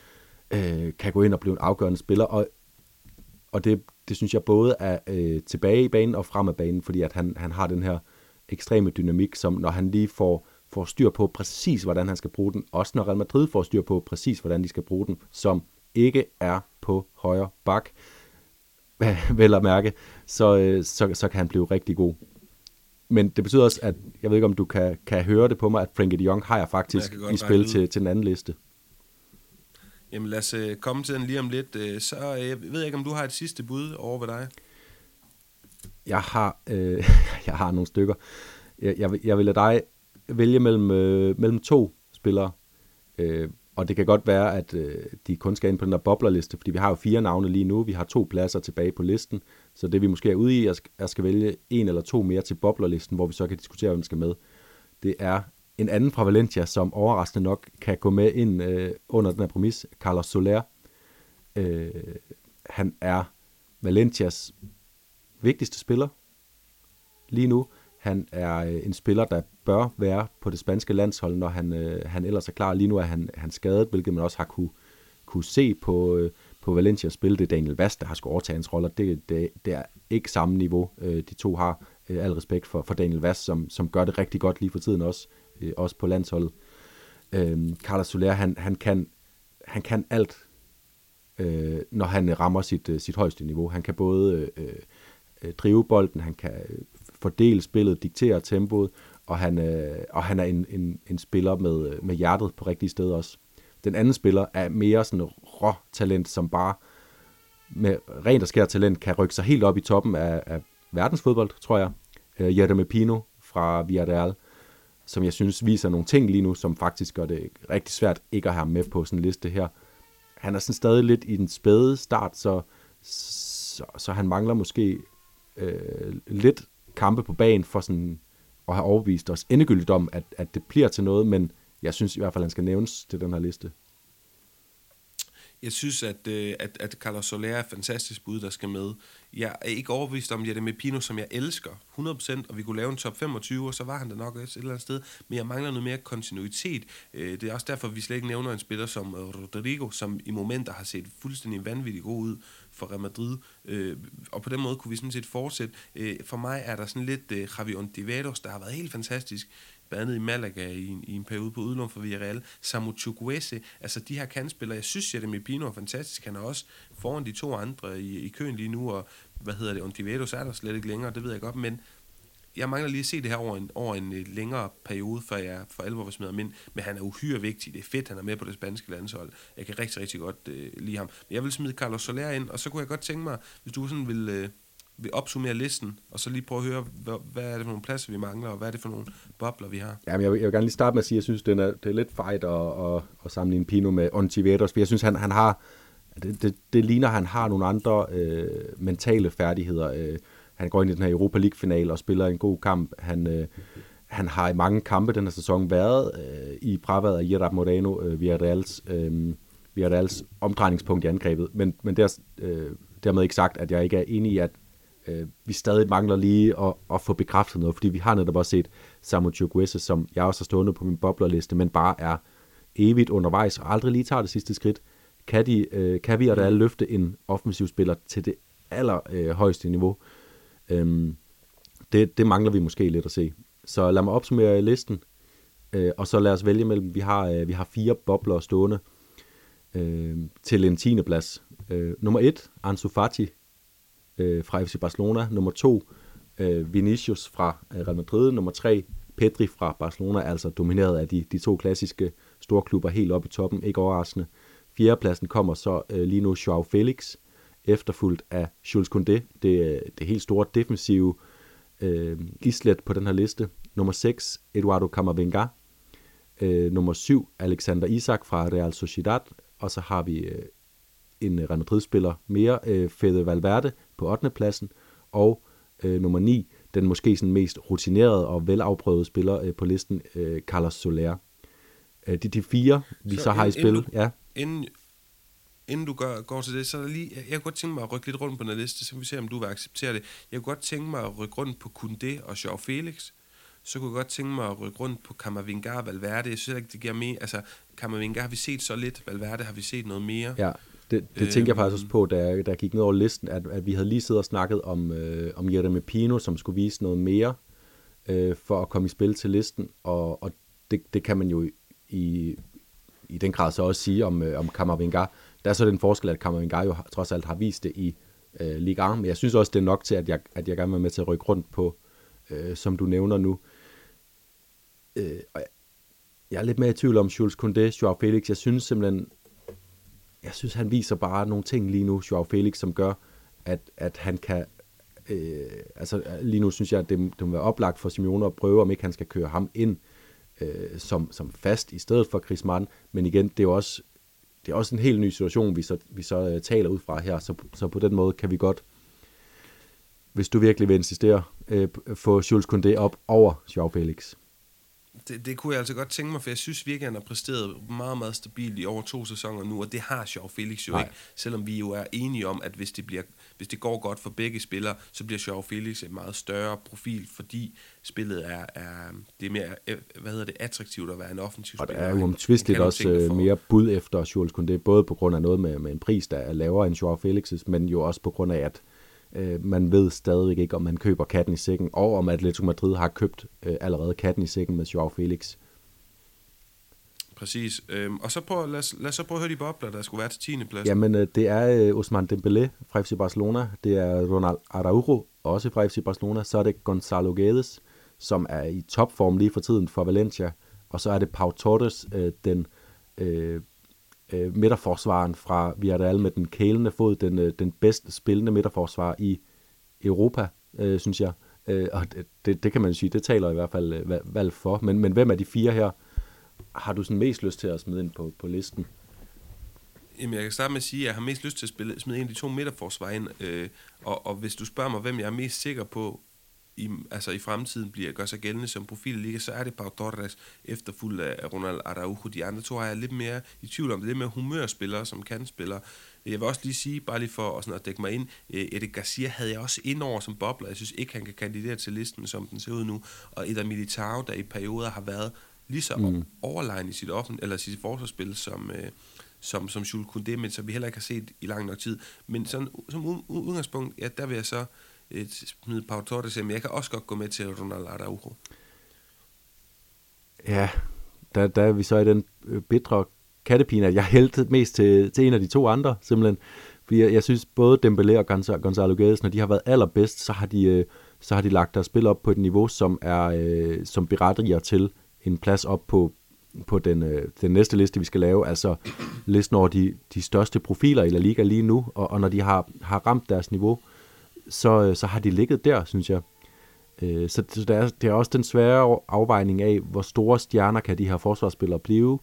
kan gå ind og blive en afgørende spiller, og det synes jeg både er tilbage i banen og frem af banen, fordi at han har den her ekstreme dynamik, som når han lige får styr på præcis, hvordan han skal bruge den, også når Real Madrid får styr på præcis, hvordan de skal bruge den, som ikke er på højre bak, vel at mærke, så kan han blive rigtig god. Men det betyder også, at jeg ved ikke, om du kan høre det på mig, at Frenkie de Jong har jeg faktisk i spil til den anden liste. Jamen lad os komme til den lige om lidt. Så jeg ved ikke, om du har et sidste bud over ved dig? Jeg har nogle stykker. Jeg vil lade dig vælge mellem to spillere. Og det kan godt være, at de kun skal ind på den der boblerliste, fordi vi har jo 4 navne lige nu. Vi har 2 pladser tilbage på listen. Så det vi måske er ude i, jeg skal vælge 1 eller 2 mere til boblerlisten, hvor vi så kan diskutere, hvem skal med. Det er en anden fra Valencia, som overraskende nok kan gå med ind under den her præmis, Carlos Soler. Han er Valencias vigtigste spiller lige nu. Han er en spiller, der bør være på det spanske landshold, når han ellers er klar. Lige nu er han skadet, hvilket man også har kunne se på Valencias spil. Det er Daniel Vaz, der har skulle overtage hans roller. Det er ikke samme niveau, de to har. Al respekt for Daniel Vaz, som gør det rigtig godt lige for tiden også på landsholdet. Carlos Soler, han kan alt, når han rammer sit højeste niveau. Han kan både drive bolden, han kan fordele spillet, diktere tempoet, og han er en spiller med hjertet på rigtige steder også. Den anden spiller er mere sådan rå-talent, som bare med rent og skær talent kan rykke sig helt op i toppen af verdensfodbold, tror jeg. Yeremy Pino fra Villarreal, som jeg synes viser nogle ting lige nu, som faktisk gør det rigtig svært ikke at have ham med på sådan en liste her. Han er sådan stadig lidt i den spæde start, så han mangler måske lidt kampe på banen for sådan at have overbevist os endegyldigt om, at det bliver til noget, men jeg synes i hvert fald, han skal nævnes til den her liste. Jeg synes, at Carlos Soler er et fantastisk bud, der skal med. Jeg er ikke overbevist om Yeremy Pino, som jeg elsker 100%, og vi kunne lave en top 25, og så var han der nok et eller andet sted, men jeg mangler noget mere kontinuitet. Det er også derfor, vi slet ikke nævner en spiller som Rodrigo, som i momenter har set fuldstændig vanvittigt god ud for Real Madrid, og på den måde kunne vi sådan set fortsætte. For mig er der sådan lidt Javi Ontiveros, der har været helt fantastisk, blandt andet i Malaga i en periode på udlån for Villarreal. Samu Chukwueze, altså de her kantspillere. Jeg synes, at Yeremy Pino er fantastisk. Han er også foran de 2 andre i køen lige nu, og Ontiveros er der slet ikke længere, det ved jeg godt, men jeg mangler lige at se det her over en længere periode, før jeg for alvor vil smide ham ind, men han er uhyre vigtig. Det er fedt, han er med på det spanske landshold. Jeg kan rigtig, rigtig godt lide ham. Men jeg vil smide Carlos Soler ind, og så kunne jeg godt tænke mig, hvis du sådan vil opsummere listen, og så lige prøve at høre, hvad er det for nogle pladser, vi mangler, og hvad er det for nogle bobler, vi har? Jamen, jeg vil gerne lige starte med at sige, at jeg synes, det er lidt fejt at sammenligne Pino med Ontiveros, for jeg synes, han har, det ligner, han har nogle andre mentale færdigheder. Han går ind i den her Europa League-finale og spiller en god kamp. Han har i mange kampe den her sæson været i fraværet af Gerard Moreno, Villarreals omdrejningspunkt i angrebet, men dermed ikke sagt, at jeg ikke er enig i, at vi stadig mangler lige at få bekræftet noget, fordi vi har netop også set Samu Chukwueze, som jeg også har stående på min boblerliste, men bare er evigt undervejs og aldrig lige tager det sidste skridt. Kan vi og der alle løfte en offensiv spiller til det allerhøjeste niveau? Det mangler vi måske lidt at se. Så lad mig opsummere listen, og så lad os vælge mellem, vi har 4 bobler stående til en 10. plads. Nummer 1, Ansu Fati fra FC Barcelona. Nummer 2, Vinicius fra Real Madrid. Nummer 3, Pedri fra Barcelona, altså domineret af de 2 klassiske storklubber helt oppe i toppen, ikke overraskende. 4. pladsen kommer så lige nu Joao Felix, efterfulgt af Jules Koundé, det helt store defensive islet på den her liste. Nummer 6, Eduardo Camavinga. Nummer 7, Alexander Isak fra Real Sociedad. Og så har vi en Real Madrid-spiller mere, Fede Valverde på 8. pladsen. Og nummer 9, den måske sådan mest rutinerede og velafprøvede spiller på listen, Carlos Soler. De 4, vi så har i spil. Inden du går til det, så er der lige, jeg kunne godt tænke mig at rykke lidt rundt på den liste, så kan vi se, om du vil acceptere det. Jeg kunne godt tænke mig at rykke rundt på Koundé og Joao Felix. Så kunne jeg godt tænke mig at rykke rundt på Camavinga og Valverde. Jeg synes ikke, det giver mere. Altså, Camavinga har vi set så lidt, Valverde har vi set noget mere. Ja, det tænker jeg faktisk også på, da jeg gik ned over listen, at vi havde lige siddet og snakket om Yeremy Pino, som skulle vise noget mere for at komme i spil til listen, og det kan man jo i den grad så også sige om Camavinga. Der er så den forskel, at Camavinga jo trods alt har vist det i Ligue 1, men jeg synes også, det er nok til, at jeg gerne vil være med til at rykke rundt på som du nævner nu. Og jeg er lidt mere i tvivl om Jules Koundé, Joao Felix. Jeg synes han viser bare nogle ting lige nu, Joao Felix, som gør, at han kan... lige nu synes jeg, at det må være oplagt for Simeone at prøve, om ikke han skal køre ham ind som fast i stedet for Griezmann. Men igen, det er også en helt ny situation, vi så taler ud fra her. Så på den måde kan vi godt, hvis du virkelig vil insistere, få Jules Koundé op over Joao Felix. Det kunne jeg altså godt tænke mig, for jeg synes virkelig, at han har præsteret meget, meget stabilt i over 2 sæsoner nu, og det har Joao Felix jo ikke, selvom vi jo er enige om, at hvis det går godt for begge spillere, så bliver Joao Felix en meget større profil, fordi spillet det er mere, attraktivt at være en offensiv spiller. Og der er jo omtvisteligt også mere bud efter Jules Koundé, både på grund af noget med en pris, der er lavere end Joao Felix's, men jo også på grund af, at man ved stadig ikke, om man køber katten i sækken, og om Atletico Madrid har købt allerede katten i sækken med Joao Felix. Præcis. Og så lad os så prøve at høre de bobler, der skulle være til 10. plads. Jamen, det er Ousmane Dembélé fra FC Barcelona, det er Ronald Araujo, også fra FC Barcelona, så er det Gonzalo Guedes, som er i topform lige for tiden for Valencia, og så er det Pau Torres, den midterforsvaren fra Villarreal med den kælende fod, den bedst spillende midterforsvar i Europa, synes jeg. Og det kan man jo sige, det taler i hvert fald valg for. Men hvem af de 4 her har du sådan mest lyst til at smide ind på listen? Jamen, jeg kan starte med at sige, at jeg har mest lyst til at smide en af de 2 midterforsvar ind. Og hvis du spørger mig, hvem jeg er mest sikker på, i fremtiden gør sig gældende som profil i liga, så er det Pau Torres efterfulgt af Ronald Araujo. De andre 2 har jeg lidt mere i tvivl om. Det med humørspillere som kantspillere. Jeg vil også lige sige, bare lige for at dække mig ind, Eric Garcia havde jeg også ind over som bobler. Jeg synes ikke, han kan kandidere til listen, som den ser ud nu. Og Eder Militao, der i perioder har været lige så overlegen i sit forsvarsspil som Jules Koundé, men som vi heller ikke har set i lang nok tid. Men sådan, som udgangspunkt, ja, der vil jeg så smide Pau Torres, men jeg kan også godt gå med til Ronald Araujo. Ja, der er vi så i den bitre kattepine, at jeg hældte mest til en af de 2 andre, simpelthen. Fordi jeg synes, både Dembélé og Gonzalo Guedes, når de har været allerbedst, så har de lagt deres spil op på et niveau, som berettiger til en plads op på den næste liste, vi skal lave, altså listen over de største profiler i La Liga lige nu, og når de har ramt deres niveau, så har de ligget der, synes jeg. Så det er også den svære afvejning af, hvor store stjerner kan de her forsvarsspillere blive.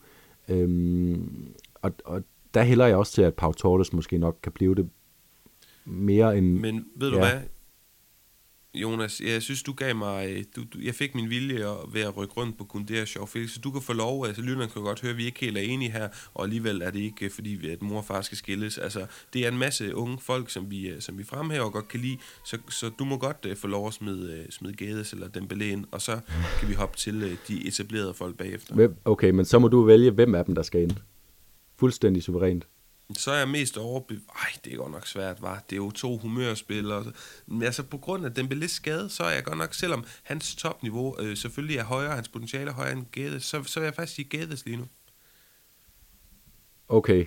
Og der hælder jeg også til, at Pau Torres måske nok kan blive det mere end... Men ved du hvad, Jonas, jeg synes, du gav mig... jeg fik min vilje ved at rykke rundt på Koundé og Joao Felix, så du kan få lov... Altså, lytterne kan godt høre, at vi ikke helt er enige her, og alligevel er det ikke, fordi at mor og far skal skilles. Altså, det er en masse unge folk, som vi fremhæver og godt kan lide, så du må godt få lov at smide Guedes eller Dembélé ind, og så kan vi hoppe til de etablerede folk bagefter. Okay, men så må du vælge, hvem af dem, der skal ind. Fuldstændig suverænt. Så er jeg mest overbevist... det er godt nok svært, var. Det er jo 2 humørspillere. Men altså, på grund af Dembélés skade, så er jeg godt nok, selvom hans topniveau selvfølgelig er højere, hans potentiale er højere end Guedes, så vil jeg faktisk sige Guedes lige nu. Okay.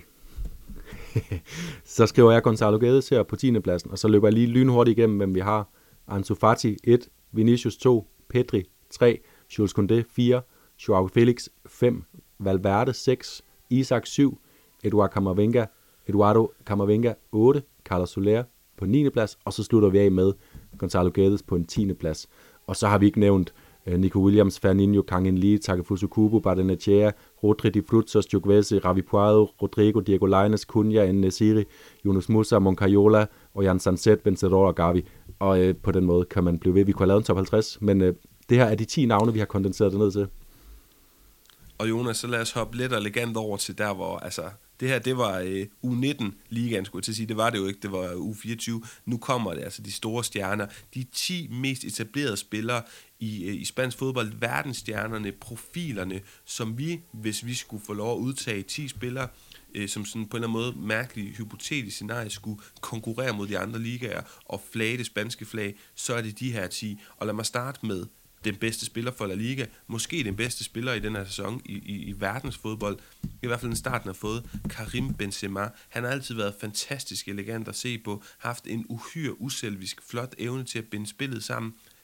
Så skriver jeg Gonzalo Guedes her på 10. pladsen, og så løber jeg lige lynhurtigt igennem, hvem vi har. Ansu Fati 1, Vinicius 2, Pedri 3, Jules Koundé 4, Joao Felix 5, Valverde 6, Isaac 7, Eduardo Camavinga 8, Carlos Soler på 9. plads, og så slutter vi af med Gonzalo Guedes på en 10. plads. Og så har vi ikke nævnt Nico Williams, Fernandinho, Kang Lee, Takefusa Kubo, Bardenechea, Rodri Di Frutos, Chukwueze, Ravi Puado, Rodrigo, Diego Lainez, Cunha, En-Nesyri, Yunus Musa, Moncayola, og Jan Sanzet, Vencedor og Gavi. Og på den måde kan man blive ved. Vi kunne have lavet en top 50, men det her er de 10 navne, vi har kondenseret det ned til. Og Jonas, så lad os hoppe lidt og elegant over til der, hvor altså... Det her, det var U19-ligaen, skulle jeg til at sige. Det var det jo ikke, det var U24. Nu kommer det, altså de store stjerner. De 10 mest etablerede spillere i spansk fodbold, verdensstjernerne, profilerne, som vi, hvis vi skulle få lov at udtage 10 spillere, som sådan på en eller anden måde mærkelig, hypotetisk scenarie, skulle konkurrere mod de andre ligaer og flage det spanske flag, så er det de her 10. Og lad mig starte med den bedste spiller for La Liga, måske den bedste spiller i den her sæson i verdensfodbold, i hvert fald den starten har fået, Karim Benzema. Han har altid været fantastisk elegant at se på, haft en uhyre uselvisk, flot evne til at binde spillet sammen,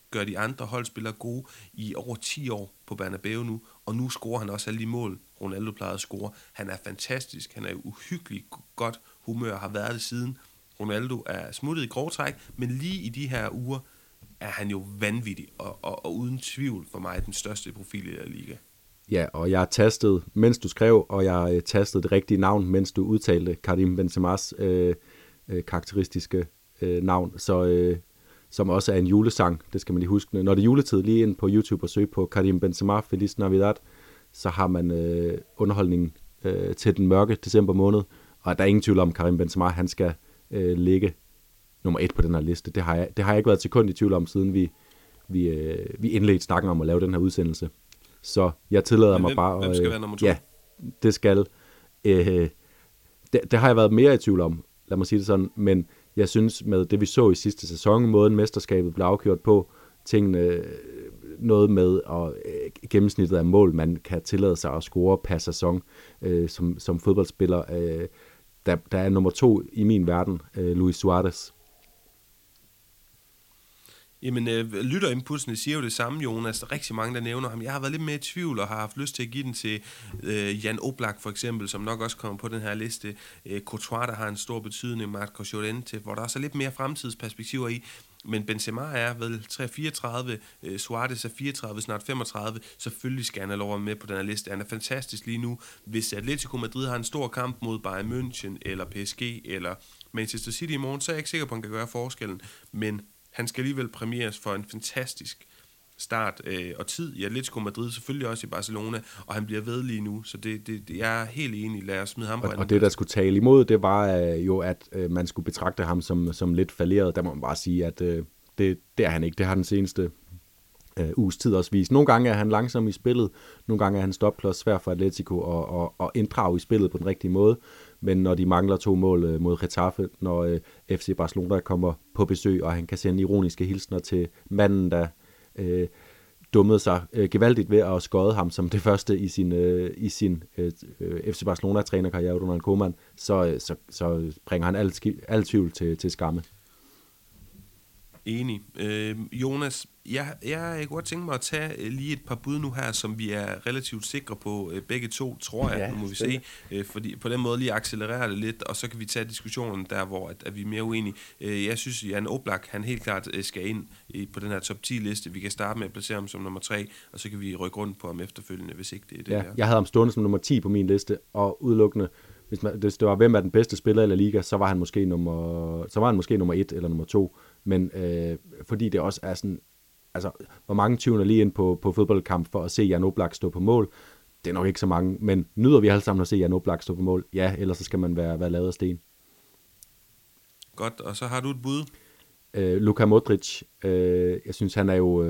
gør de andre holdspillere gode i over 10 år på Bernabeu nu, og nu scorer han også alle de mål, Ronaldo plejede at score. Han er fantastisk, han er uhyggeligt godt humør, har været det siden. Ronaldo er smuttet i grovtræk, men lige i de her uger er han jo vanvittig, og uden tvivl for mig den største profil i La Liga. Ja, og jeg tastede, mens du skrev, og jeg tastede det rigtige navn, mens du udtalte Karim Benzema's karakteristiske navn, så, som også er en julesang, det skal man lige huske. Når det er juletid, lige ind på YouTube og søge på Karim Benzema Feliz Navidad, så har man underholdningen til den mørke december måned, og der er ingen tvivl om, Karim Benzema, han skal ligge nummer 1 på den her liste. Det har jeg ikke været et sekund i tvivl om, siden vi indledte snakken om at lave den her udsendelse. Så jeg tillader mig bare... Hvem skal være nummer 2? Ja, det skal. Det har jeg været mere i tvivl om, lad mig sige det sådan, men jeg synes med det, vi så i sidste sæson, måden mesterskabet blev afgjort på, tingene, noget med gennemsnittet af mål, man kan tillade sig at score per sæson som fodboldspiller. Der er nummer 2 i min verden, Luis Suarez. Jamen, lytterimpulsene siger jo det samme, Jonas. Der er rigtig mange, der nævner ham. Jeg har været lidt mere i tvivl og har haft lyst til at give den til Jan Oblak for eksempel, som nok også kommer på den her liste. Courtois, der har en stor betydning, Marco Llorente, hvor der også er lidt mere fremtidsperspektiver i. Men Benzema er vel 34, Suarez er 34, snart 35. Selvfølgelig skal han have lov at være med på den her liste. Han er fantastisk lige nu. Hvis Atletico Madrid har en stor kamp mod Bayern München, eller PSG, eller Manchester City i morgen, så er jeg ikke sikker på, at han kan gøre forskellen. Men han skal alligevel præmieres for en fantastisk start og tid i Atletico Madrid, selvfølgelig også i Barcelona, og han bliver ved lige nu, så jeg er helt enig. Lad os smide ham på. Og det, der skulle tale imod, det var jo, at man skulle betragte ham som lidt falderet. Der må man bare sige, at det er han ikke. Det har den seneste uges tid også vist. Nogle gange er han langsom i spillet, nogle gange er han stopklods svær for Atletico at inddrage i spillet på den rigtige måde, men når de mangler 2 mål mod Getafe, når FC Barcelona kommer på besøg, og han kan sende ironiske hilsner til manden, der dummede sig gevaldigt ved at skåde ham som det første i sin FC Barcelona-trænerkarriere under Ronald Koeman, så bringer han al tvivl til skamme. Enig. Jonas, jeg godt tænke mig at tage lige et par bud nu her, som vi er relativt sikre på begge to, tror jeg, nu må vi se. Fordi på den måde lige accelerere det lidt, og så kan vi tage diskussionen der, hvor at vi er mere uenige. Jeg synes, Jan Oblak, han helt klart skal ind på den her top 10-liste. Vi kan starte med at placere ham som nummer 3, og så kan vi rykke rundt på ham efterfølgende, hvis ikke det er det her. Jeg havde ham stående som nummer 10 på min liste, og udelukkende, hvis det var, hvem er den bedste spiller i La Liga, så var han måske nummer 1 eller nummer 2. Men fordi det også er sådan, altså hvor mange tyvende lige ind på fodboldkamp for at se Jan Oblak stå på mål, det er nok ikke så mange, men nyder vi alle sammen at se Jan Oblak stå på mål? Ja, ellers så skal man være lavet af sten. Godt, og så har du et bud? Luka Modric, jeg synes han er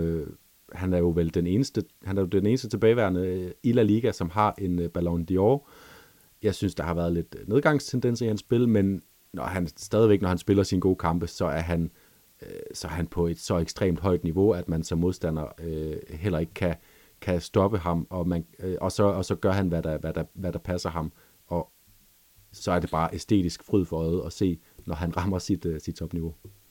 jo vel den eneste tilbageværende i La Liga, som har en Ballon d'Or. Jeg synes der har været lidt nedgangstendens i hans spil, men når han spiller sine gode kampe, så er han på et så ekstremt højt niveau, at man som modstander heller ikke kan stoppe ham, og så gør han, hvad der passer ham, og så er det bare æstetisk fryd for øjet at se, når han rammer sit topniveau.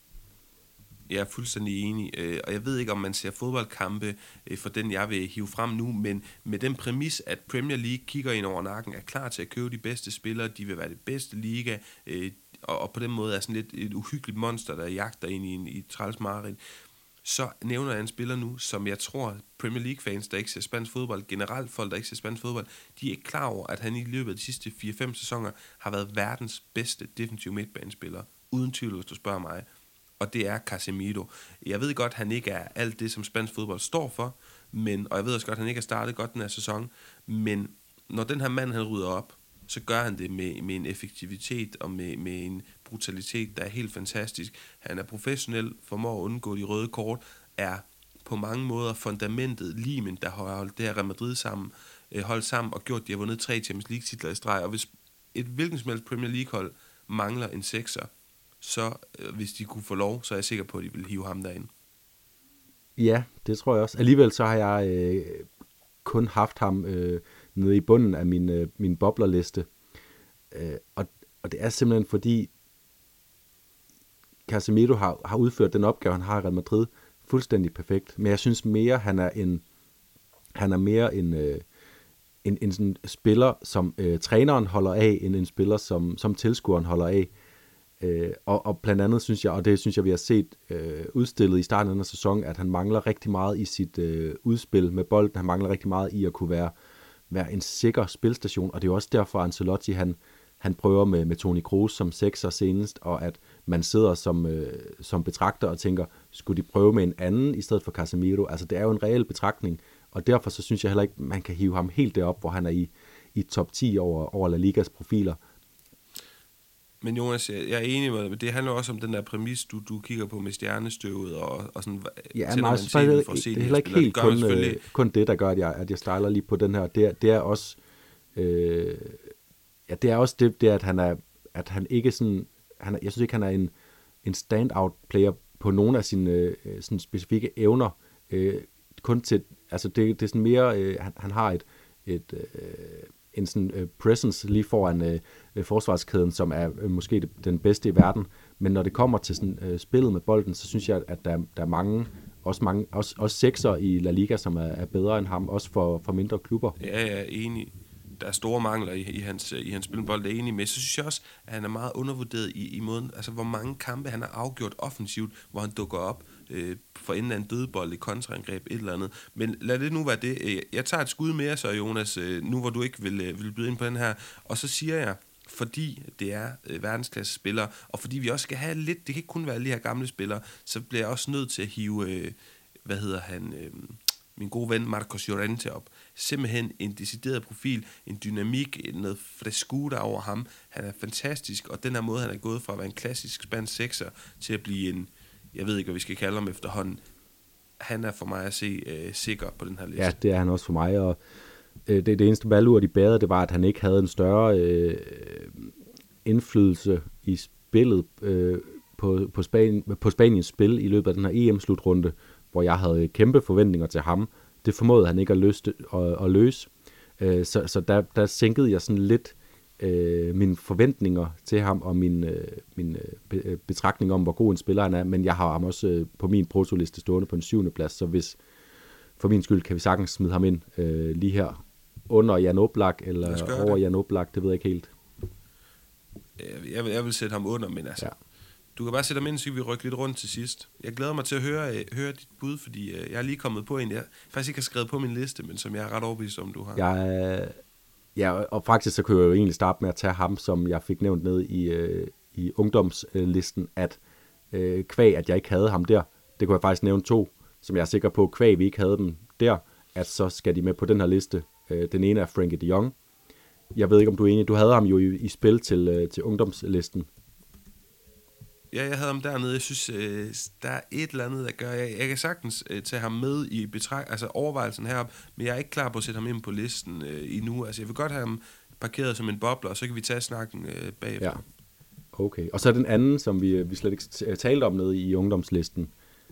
Jeg er fuldstændig enig, og jeg ved ikke, om man ser fodboldkampe for den, jeg vil hive frem nu, men med den præmis, at Premier League kigger ind over nakken, er klar til at købe de bedste spillere, de vil være det bedste liga, og på den måde er sådan lidt et uhyggeligt monster, der jagter ind i et træls mareridt, så nævner jeg en spiller nu, som jeg tror, Premier League-fans, der ikke ser spansk fodbold, generelt folk, der ikke ser spansk fodbold, de er ikke klar over, at han i løbet af de sidste 4-5 sæsoner har været verdens bedste defensive midtbanespiller, uden tvivl, hvis du spørger mig. Og det er Casemiro. Jeg ved godt, at han ikke er alt det, som spansk fodbold står for, og jeg ved også godt, at han ikke har startet godt den her sæson, men når den her mand, han rydder op, så gør han det med en effektivitet og med en brutalitet, der er helt fantastisk. Han er professionel, formår at undgå de røde kort, er på mange måder fundamentet, limen, der har holdt det her Real Madrid holdt sammen og gjort, de har vundet 3 Champions League titler i streg, og hvis et hvilken som helst Premier League hold mangler en 6'er, så hvis de kunne få lov, så er jeg sikker på, at de vil hive ham derind. Ja, det tror jeg også. Alligevel så har jeg kun haft ham nede i bunden af min boblerliste. Og det er simpelthen fordi Casemiro har udført den opgave, han har i Real Madrid fuldstændig perfekt. Men jeg synes mere, han er mere en sådan spiller, som træneren holder af, end en spiller, som tilskueren holder af. Og blandt andet synes jeg, og det synes jeg, vi har set udstillet i starten af den sæson, at han mangler rigtig meget i sit udspil med bolden. Han mangler rigtig meget i at kunne være en sikker spilstation, og det er jo også derfor, at Ancelotti, han prøver med Toni Kroos som sekser senest, og at man sidder som betragter og tænker, skulle de prøve med en anden i stedet for Casemiro? Altså, det er jo en reel betragtning, og derfor så synes jeg heller ikke, man kan hive ham helt derop, hvor han er i top 10 over La Ligas profiler. Men Jonas, jeg er enig med dig, men det handler også om den der præmis, du kigger på med stjernestøvet og sådan, ja, men altså, det er heller ikke helt kun det, der gør, at jeg stejler lige på den her. Det er også det er også det, at han ikke sådan, jeg synes ikke, han er en standout player på nogle af sine sådan specifikke evner, kun til, altså det er sådan mere, han har en sådan presence lige foran forsvarskæden, som er måske den bedste i verden. Men når det kommer til sådan spillet med bolden, så synes jeg, at der er mange, også sekser i La Liga, som er bedre end ham, også for mindre klubber. Ja, jeg er enig. Der er store mangler i hans spil med bold, det er enig med. Så synes jeg også, at han er meget undervurderet i måden, altså hvor mange kampe han har afgjort offensivt, hvor han dukker op for enden af en dødbold i kontraangreb, et eller andet. Men lad det nu være det. Jeg tager et skud mere så, Jonas, nu hvor du ikke vil byde ind på den her, og så siger jeg, fordi det er verdensklasse spillere, og fordi vi også skal have lidt, det kan ikke kun være de her gamle spillere, så bliver jeg også nødt til at hive, min gode ven Marcos Llorente op. Simpelthen en decideret profil, en dynamik, noget frescura over ham. Han er fantastisk, og den her måde, han er gået fra at være en klassisk spansk sekser til at blive en, jeg ved ikke, hvad vi skal kalde ham efterhånden. Han er for mig at se sikker på den her liste. Ja, det er han også for mig, og det eneste valur, de bærede, det var, at han ikke havde en større indflydelse i spillet på Spaniens spil i løbet af den her EM-slutrunde, hvor jeg havde kæmpe forventninger til ham. Det formåede han ikke at løse. Så der sænkede jeg sådan lidt mine forventninger til ham, og min betragtning om, hvor god en spiller han er. Men jeg har ham også på min brutoliste stående på en 7. plads, så hvis for min skyld kan vi sagtens smide ham ind lige her under Jan Oblak, eller over Jan Oblak, det ved jeg ikke helt. Jeg vil sætte ham under, men altså... Ja. Du kan bare sætte ham ind, så vi rykker lidt rundt til sidst. Jeg glæder mig til at høre dit bud, fordi jeg er lige kommet på en, jeg faktisk ikke har skrevet på min liste, men som jeg er ret overbevist om, du har. Ja, og faktisk så kunne jeg jo egentlig starte med at tage ham, som jeg fik nævnt ned i ungdomslisten, at kvæg, at jeg ikke havde ham der. Det kunne jeg faktisk nævne 2, som jeg er sikker på, kvæg, vi ikke havde dem der, at så skal de med på den her liste. Den ene er Frenkie de Jong. Jeg ved ikke, om du er enig. Du havde ham jo i spil til ungdomslisten. Ja, jeg havde ham dernede. Jeg synes, der er et eller andet, der gør... Jeg kan sagtens tage ham med i overvejelsen heroppe, men jeg er ikke klar på at sætte ham ind på listen endnu. Altså, jeg vil godt have ham parkeret som en bobler, og så kan vi tage snakken bagefter. Ja, okay. Og så den anden, som vi slet ikke talte om nede i ungdomslisten.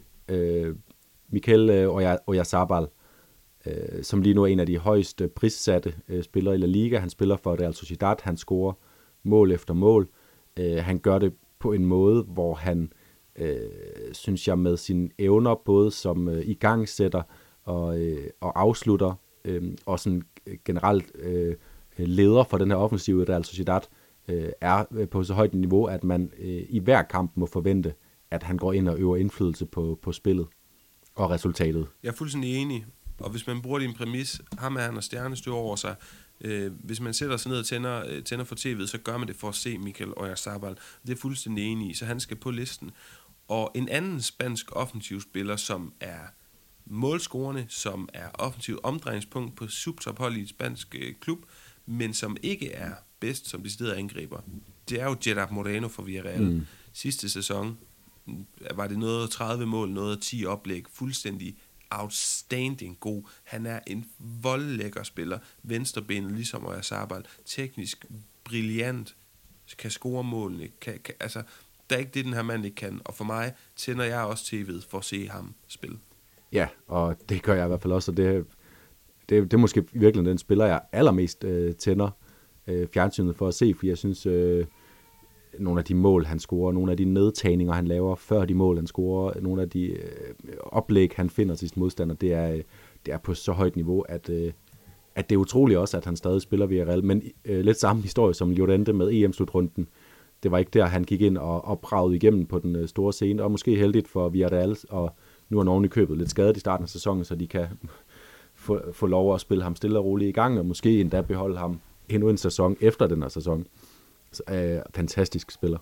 Mikel Oyarzabal, som lige nu er en af de højst prissatte spillere i La Liga. Han spiller for Real Sociedad. Han scorer mål efter mål. Han gør det på en måde, hvor han, synes jeg, med sine evner, både som igangsætter og afslutter, og sådan generelt leder for den her offensive Real Sociedad, er på så højt et niveau, at man i hver kamp må forvente, at han går ind og øver indflydelse på spillet og resultatet. Jeg er fuldstændig enig, og hvis man bruger din præmis, ham er han og stjernestøv over sig. Hvis man sætter sig ned og tænder for tv'et, så gør man det for at se Mikel Oyarzabal. Det er fuldstændig enig i, så han skal på listen. Og en anden spansk offensiv spiller, som er målscorende, som er offensiv omdrejningspunkt på subtophold i en spansk klub, men som ikke er bedst som decideret angriber, det er jo Gerard Moreno for Villarreal. Sidste sæson var det noget 30 mål, noget 10 oplæg, fuldstændig outstanding god. Han er en voldlækker spiller. Venstrebenet, ligesom Oyarzabal. Teknisk brilliant. Kan score målene. Altså, der er ikke det, den her mand ikke kan. Og for mig tænder jeg også tv'et for at se ham spille. Ja, og det gør jeg i hvert fald også. Og det er måske virkelig den spiller, jeg allermest tænder fjernsynet for at se. For jeg synes, nogle af de mål, han scorer, nogle af de nedtagninger, han laver før de mål, han scorer, nogle af de oplæg, han finder til sin modstander, det er på så højt niveau, at det er utroligt også, at han stadig spiller Villarreal. Men lidt samme historie som Llorente med EM-slutrunden. Det var ikke der, han gik ind og bragede igennem på den store scene, og måske heldigt for Villarreal, og nu er nogen i købet lidt skadet i starten af sæsonen, så de kan få lov at spille ham stille og roligt i gang, og måske endda beholde ham endnu en sæson efter den her sæson. Fantastisk spiller.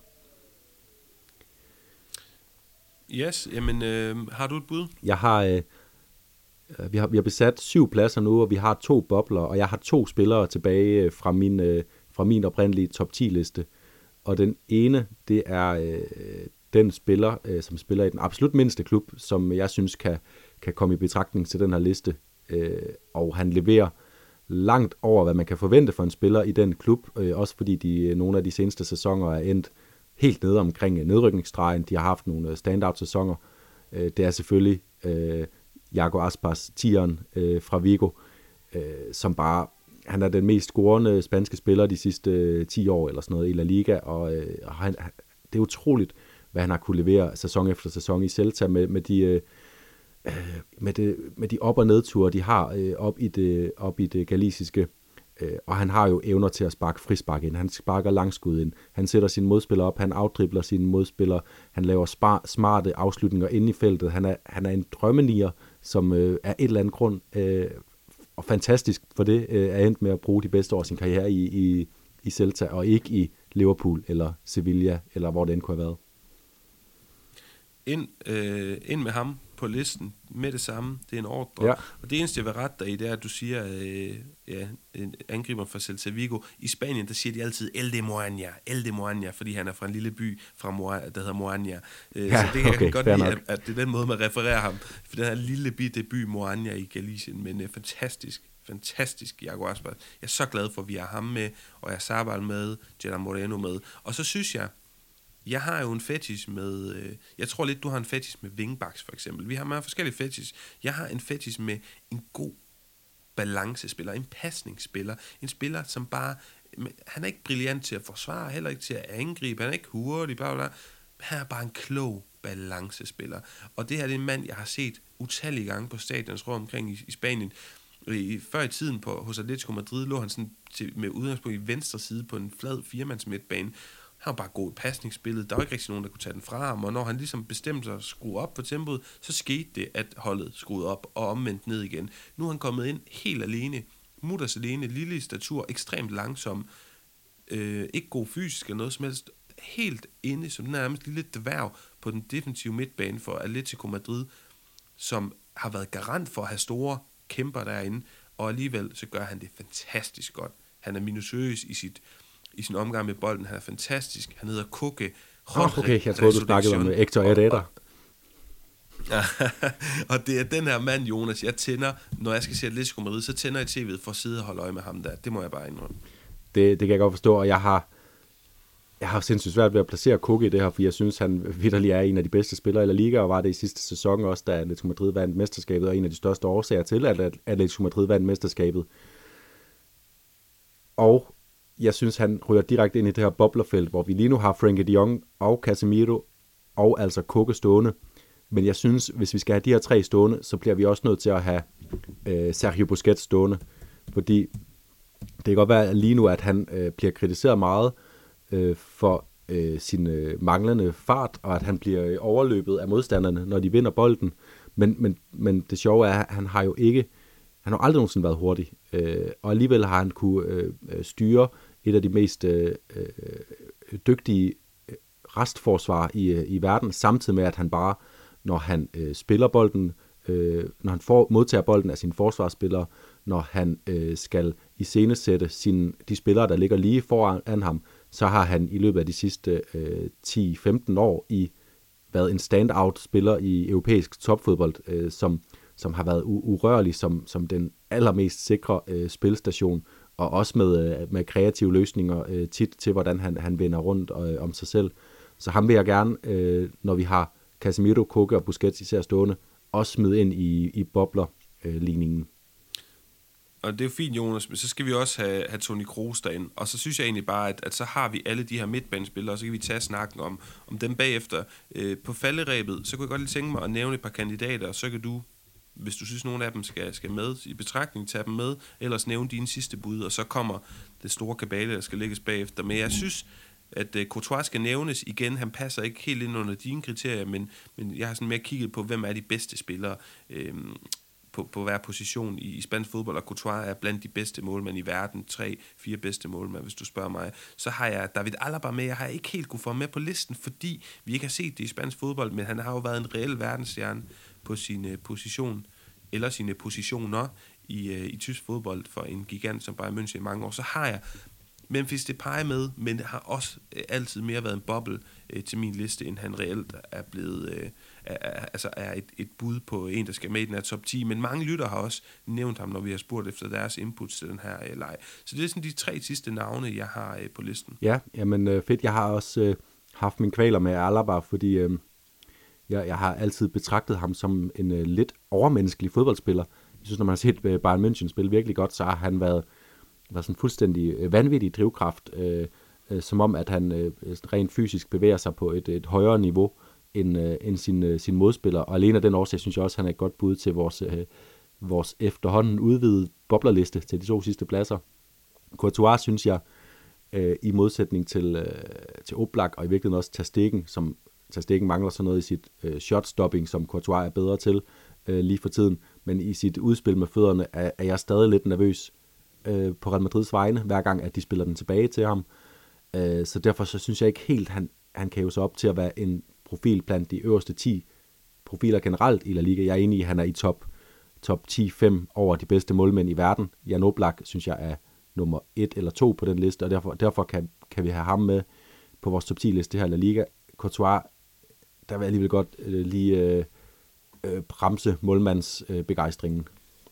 Yes, jamen har du et bud? Jeg har, vi har besat 7 pladser nu, og vi har 2 bobler, og jeg har 2 spillere tilbage fra min oprindelige top 10 liste. Og den ene, det er den spiller, som spiller i den absolut mindste klub, som jeg synes kan komme i betragtning til den her liste. Og han leverer langt over, hvad man kan forvente for en spiller i den klub, også fordi nogle af de seneste sæsoner er endt helt nede omkring nedrykningsstregen. De har haft nogle standout-sæsoner. Det er selvfølgelig Iago Aspas, tieren fra Vigo, som bare, han er den mest scorende spanske spiller de sidste 10 år, eller sådan noget, i La Liga, og det er utroligt, hvad han har kunne levere sæson efter sæson i Celta, med de op- og nedture, de har op i det galiciske, og han har jo evner til at sparke frispark ind, han sparker langskud ind, han sætter sine modspillere op, han afdribler sine modspillere, han laver smarte afslutninger inde i feltet, han er en drømmenier, som er et eller andet grund, og fantastisk for det, er endt med at bruge de bedste år af sin karriere i Celta, og ikke i Liverpool eller Sevilla, eller hvor det end kunne have været. Ind med ham på listen med det samme. Det er en ordre. Ja. Og det eneste, jeg vil rette dig i, det er, at du siger, en angriber fra Celta Vigo. I Spanien, der siger de altid El de Moaña, fordi han er fra en lille by, der hedder Moaña. Så det kan jeg godt lide, at det er den måde, man refererer ham. For den her lille bitte by Moaña i Galicien, men fantastisk Iago Aspas. Jeg er så glad for, at vi har ham med, og jeg har Sabal med, Gerard Moreno med. Og så synes jeg har jo en fetish med, jeg tror lidt, du har en fetish med wingbacks for eksempel. Vi har meget forskellige fetish. Jeg har en fetish med en god balancespiller, en pasningsspiller, en spiller, som bare, han er ikke brilliant til at forsvare, heller ikke til at angribe, han er ikke hurtig, bla bla. Han er bare en klog balancespiller. Og det her det er en mand, jeg har set utallige gange på stadions rundt omkring i Spanien. Før i tiden hos Atletico Madrid lå han sådan med udgangspunkt i venstre side på en flad firemands midtbane. Han var bare god i pasningsspillet. Der var ikke rigtig nogen, der kunne tage den fra ham. Og når han ligesom bestemte sig at skrue op på tempoet, så skete det, at holdet skruede op og omvendt ned igen. Nu er han kommet ind helt alene. Mutters alene, lille i statur, ekstremt langsom. Ikke god fysisk eller noget som helst. Helt inde som den nærmest lille dværg på den defensive midtbane for Atletico Madrid, som har været garant for at have store kæmper derinde. Og alligevel så gør han det fantastisk godt. Han er minutiøs i sin omgang med bolden. Han er fantastisk. Han hedder Koke. Okay, jeg troede, du snakkede om Hector Herrera. Og det er den her mand, Jonas, jeg tænder, når jeg skal se Atletico Madrid, så tænder jeg tv'et for at sidde og holde øje med ham der. Det må jeg bare indrømme. Det kan jeg godt forstå, og jeg har sindssygt svært ved at placere Koke i det her, for jeg synes, han vitterlig er en af de bedste spillere i La Liga, og var det i sidste sæson også, da Atletico Madrid vandt mesterskabet, og en af de største årsager til, at Atletico Madrid vandt mesterskabet. Og jeg synes, han ryger direkte ind i det her boblerfelt, hvor vi lige nu har Frenkie de Jong og Casemiro og altså Koke stående. Men jeg synes, hvis vi skal have de her 3 stående, så bliver vi også nødt til at have Sergio Busquets stående. Fordi det kan godt være lige nu, at han bliver kritiseret meget for sin manglende fart, og at han bliver overløbet af modstanderne, når de vinder bolden. Men det sjove er, at han har aldrig nogensinde været hurtig, og alligevel har han kunne styre et af de mest dygtige restforsvar i verden, samtidig med, at han bare, når han spiller bolden, når han modtager bolden af sine forsvarsspillere, når han skal iscenesætte de spillere, der ligger lige foran ham, så har han i løbet af de sidste 10-15 år været en stand-out-spiller i europæisk topfodbold, som har været urørlig som den allermest sikre spilstation, og også med kreative løsninger tit til, hvordan han vender rundt om sig selv. Så ham vil jeg gerne, når vi har Casemiro, Koke og Busquets især stående, også smide ind i bobler-ligningen. Og det er jo fint, Jonas, men så skal vi også have Toni Kroos derind. Og så synes jeg egentlig bare, at så har vi alle de her midtbanespillere, og så kan vi tage snakken om dem bagefter. På falderæbet, så kunne jeg godt lige tænke mig at nævne et par kandidater, og så kan du, hvis du synes, nogen af dem skal med i betragtning, tage dem med, ellers nævne dine sidste bud, og så kommer det store kabale, der skal lægges bagefter. Men jeg synes, at Courtois skal nævnes igen. Han passer ikke helt ind under dine kriterier, men jeg har sådan mere kigget på, hvem er de bedste spillere på hver position i spansk fodbold, og Courtois er blandt de bedste målmænd i verden, 3-4 bedste målmænd, hvis du spørger mig. Så har jeg David Alaba med, jeg har ikke helt kunne få med på listen, fordi vi ikke har set det i spansk fodbold, men han har jo været en reel verdensstjerne på sin position, eller sine positioner i tysk fodbold for en gigant som Bayern München i mange år. Så har jeg Memphis Depay med, men har også altid mere været en boble til min liste, end han reelt er blevet er et bud på en, der skal med i den her top 10. Men mange lytter har også nævnt ham, når vi har spurgt efter deres inputs til den her leg. Så det er sådan de 3 sidste navne, jeg har på listen. Ja, jamen fedt. Jeg har også haft mine kvaler med Alaba, fordi jeg har altid betragtet ham som en lidt overmenneskelig fodboldspiller. Jeg synes, når man har set Bayern München spille virkelig godt, så har han været sådan fuldstændig vanvittig drivkraft, som om, at han rent fysisk bevæger sig på et højere niveau end sin modspiller. Og alene af den årsag, synes jeg også, at han er et godt bud til vores efterhånden udvidede boblerliste til de 2 sidste pladser. Courtois, synes jeg, i modsætning til Oblak, og i virkeligheden også Ter Stegen mangler sådan noget i sit shotstopping, som Courtois er bedre til lige for tiden. Men i sit udspil med fødderne er jeg stadig lidt nervøs på Real Madrids vegne, hver gang, at de spiller den tilbage til ham. Så derfor så synes jeg ikke helt, han kan jo så op til at være en profil blandt de øverste 10 profiler generelt i La Liga. Jeg er enig i, at han er i top 10-5 over de bedste målmænd i verden. Jan Oblak, synes jeg, er nummer 1 eller 2 på den liste, og derfor kan vi have ham med på vores top 10-liste her i La Liga. Courtois, der vil jeg alligevel godt lige bremse målmandsbegejstringen.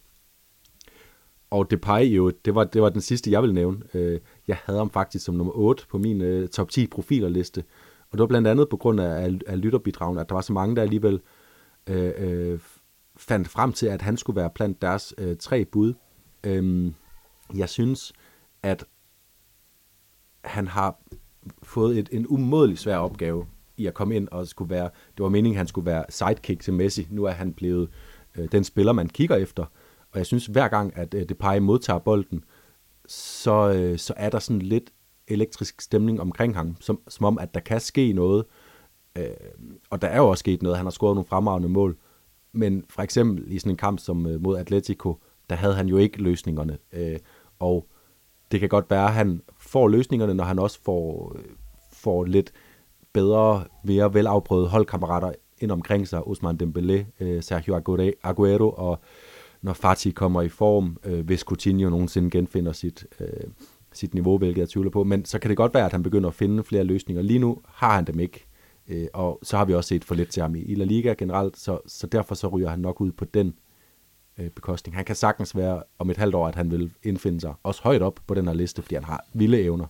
Og Depay jo, det var den sidste, jeg ville nævne. Jeg havde ham faktisk som nummer 8 på min top 10 profilerliste. Og det var blandt andet på grund af lytterbidragen, at der var så mange, der alligevel fandt frem til, at han skulle være blandt deres 3 bud. Jeg synes, at han har fået en umådelig svær opgave i at komme ind og skulle være, det var meningen, at han skulle være sidekick til Messi. Nu er han blevet den spiller, man kigger efter. Og jeg synes, hver gang, at Depay modtager bolden, så er der sådan lidt elektrisk stemning omkring ham, som om, at der kan ske noget. Og der er jo også sket noget. Han har scoret nogle fremragende mål. Men for eksempel i sådan en kamp som mod Atletico, der havde han jo ikke løsningerne. Og det kan godt være, at han får løsningerne, når han også får lidt bedre, mere velafprøvede holdkammerater ind omkring sig. Ousmane Dembélé, Sergio Aguero, og når Fati kommer i form, hvis Coutinho nogensinde genfinder sit niveau, hvilket jeg tvivler på. Men så kan det godt være, at han begynder at finde flere løsninger. Lige nu har han dem ikke, og så har vi også set for lidt til ham i La Liga generelt, så derfor så ryger han nok ud på den bekostning. Han kan sagtens være om et halvt år, at han vil indfinde sig også højt op på den her liste, fordi han har vilde evner.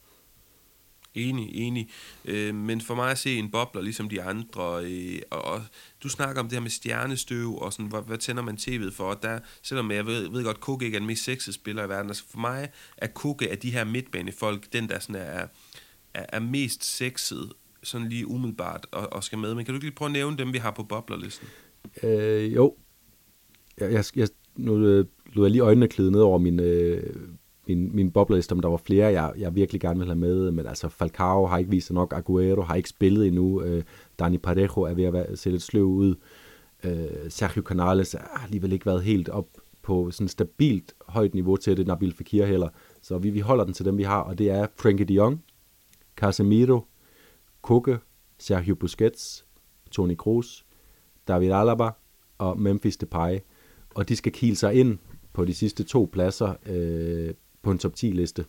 Enig. Men for mig at se en bobler, ligesom de andre, og du snakker om det her med stjernestøv, og sådan, hvad tænder man tv'et for? Der, selvom jeg ved godt, Koke ikke er den mest sexede spiller i verden, altså for mig er Koke af de her midtbanefolk, den der sådan er mest sexet, sådan lige umiddelbart, og skal med. Men kan du ikke lige prøve at nævne dem, vi har på boblerlisten? Jo. Nu lod jeg lige øjnene glide ned over min boblerliste, om der var flere, jeg virkelig gerne vil have med, men altså Falcao har ikke vist nok, Aguero har ikke spillet endnu, Dani Parejo er ved at se lidt sløv ud, Sergio Canales har alligevel ikke været helt op på sådan stabilt højt niveau til det, Nabil Fekir heller, så vi holder den til dem, vi har, og det er Frenkie de Jong, Casemiro, Koke, Sergio Busquets, Toni Kroos, David Alaba og Memphis Depay, og de skal kile sig ind på de sidste 2 pladser på en top 10 liste.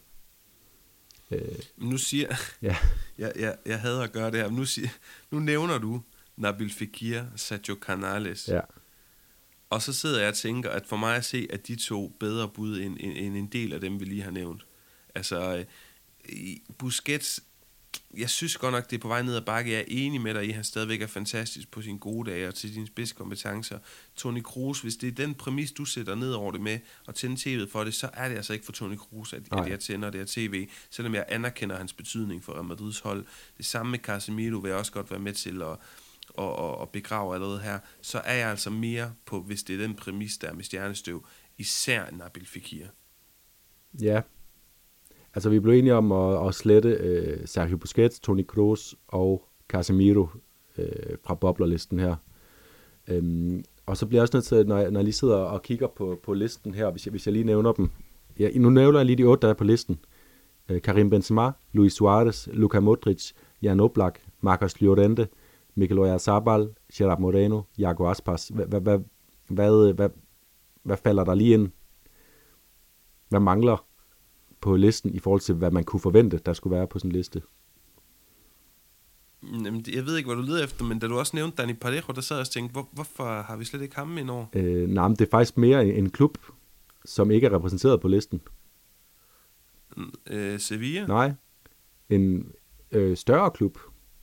Nu siger jeg hader at gøre det her. Nu nævner du Nabil Fekir, Sergio Canales. Ja. Og så sidder jeg og tænker, at for mig at se, at de 2 bedre bud end en del af dem, vi lige har nævnt. Altså, Busquets Jeg synes godt nok, det er på vej ned ad bakke. Jeg er enig med dig i, at han stadigvæk er fantastisk på sine gode dage og til dine spidskompetencer. Toni Kroos, hvis det er den præmis, du sætter ned over det med og tænde tv'et for det, så er det altså ikke for Toni Kroos, at jeg tænder det her tv, selvom jeg anerkender hans betydning for Real Madrids hold. Det samme med Casemiro vil jeg også godt være med til at begrave allerede her. Så er jeg altså mere på, hvis det er den præmis, der er med stjernestøv, især Nabil Fekir. Ja. Altså, vi blev enige om at slette Sergio Busquets, Toni Kroos og Casemiro fra boblerlisten her. Og så bliver jeg også nødt til, når jeg lige sidder og kigger på listen her, hvis jeg lige nævner dem. Ja, nu nævner jeg lige de 8, der er på listen. Karim Benzema, Luis Suarez, Luka Modric, Jan Oblak, Marcos Llorente, Mikel Oyarzabal, Gerard Moreno, Iago Aspas. Hvad falder der lige ind? Hvad mangler på listen i forhold til, hvad man kunne forvente, der skulle være på sådan en liste? Jeg ved ikke, hvad du leder efter, men da du også nævnte Dani Parejo, der sad jeg og tænkte, hvorfor har vi slet ikke ham ind over? Nej, men det er faktisk mere en klub, som ikke er repræsenteret på listen. Sevilla? Nej, en større klub.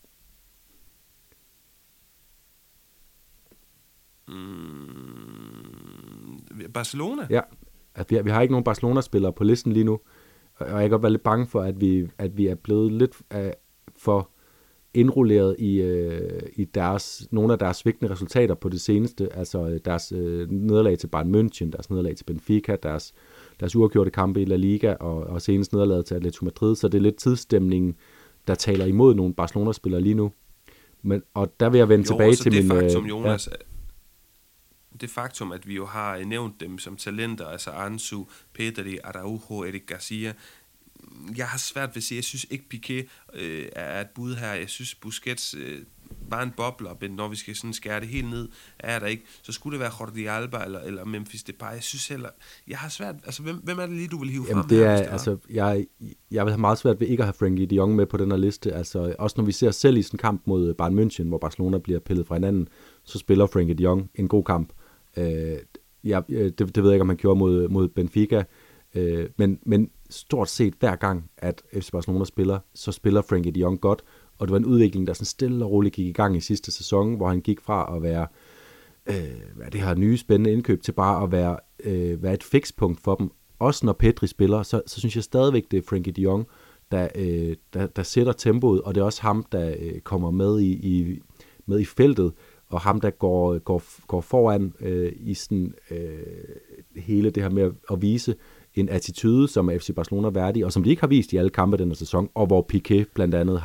Barcelona? Ja, at vi har ikke nogen Barcelona-spillere på listen lige nu, og jeg kan godt være lidt bange for, at vi er blevet lidt for indrulleret i nogle af deres svigtende resultater på det seneste, altså deres nederlag til Bayern München, deres nederlag til Benfica, deres uafgjorte kampe i La Liga, og senest nederlaget til Atletico Madrid, så det er lidt tidsstemningen, der taler imod nogle Barcelona-spillere lige nu. Og der vil jeg vende tilbage til min... Faktum, Jonas, det faktum, at vi jo har nævnt dem som talenter, altså Ansu, Pedri, Araujo, Eric Garcia. Jeg har svært ved at sige, jeg synes ikke Piqué er et bud her. Jeg synes Busquets var en bobler, men når vi skal sådan skære det helt ned, er der ikke. Så skulle det være Jordi Alba eller Memphis Depay. Jeg synes heller, jeg har svært, altså hvem er det lige, du vil hive frem det her? Er, altså, jeg vil have meget svært ved ikke at have Frenkie de Jong med på den her liste. Altså, også når vi ser selv i sådan en kamp mod Bayern München, hvor Barcelona bliver pillet fra hinanden, så spiller Frenkie de Jong en god kamp. Det ved jeg ikke, om han gjorde mod Benfica, men stort set hver gang, at FC Barcelona spiller, så spiller Frenkie de Jong godt, og det var en udvikling, der sådan stille og roligt gik i gang i sidste sæson, hvor han gik fra at være det her nye spændende indkøb til bare at være et fikspunkt for dem. Også når Pedri spiller, så synes jeg stadigvæk, det er Frenkie de Jong, der sætter tempoet, og det er også ham, der kommer med i feltet, og ham, der går foran i sådan, hele det her med at vise en attitude, som er FC Barcelona værdig, og som de ikke har vist i alle kampe denne sæson, og hvor Piqué blandt andet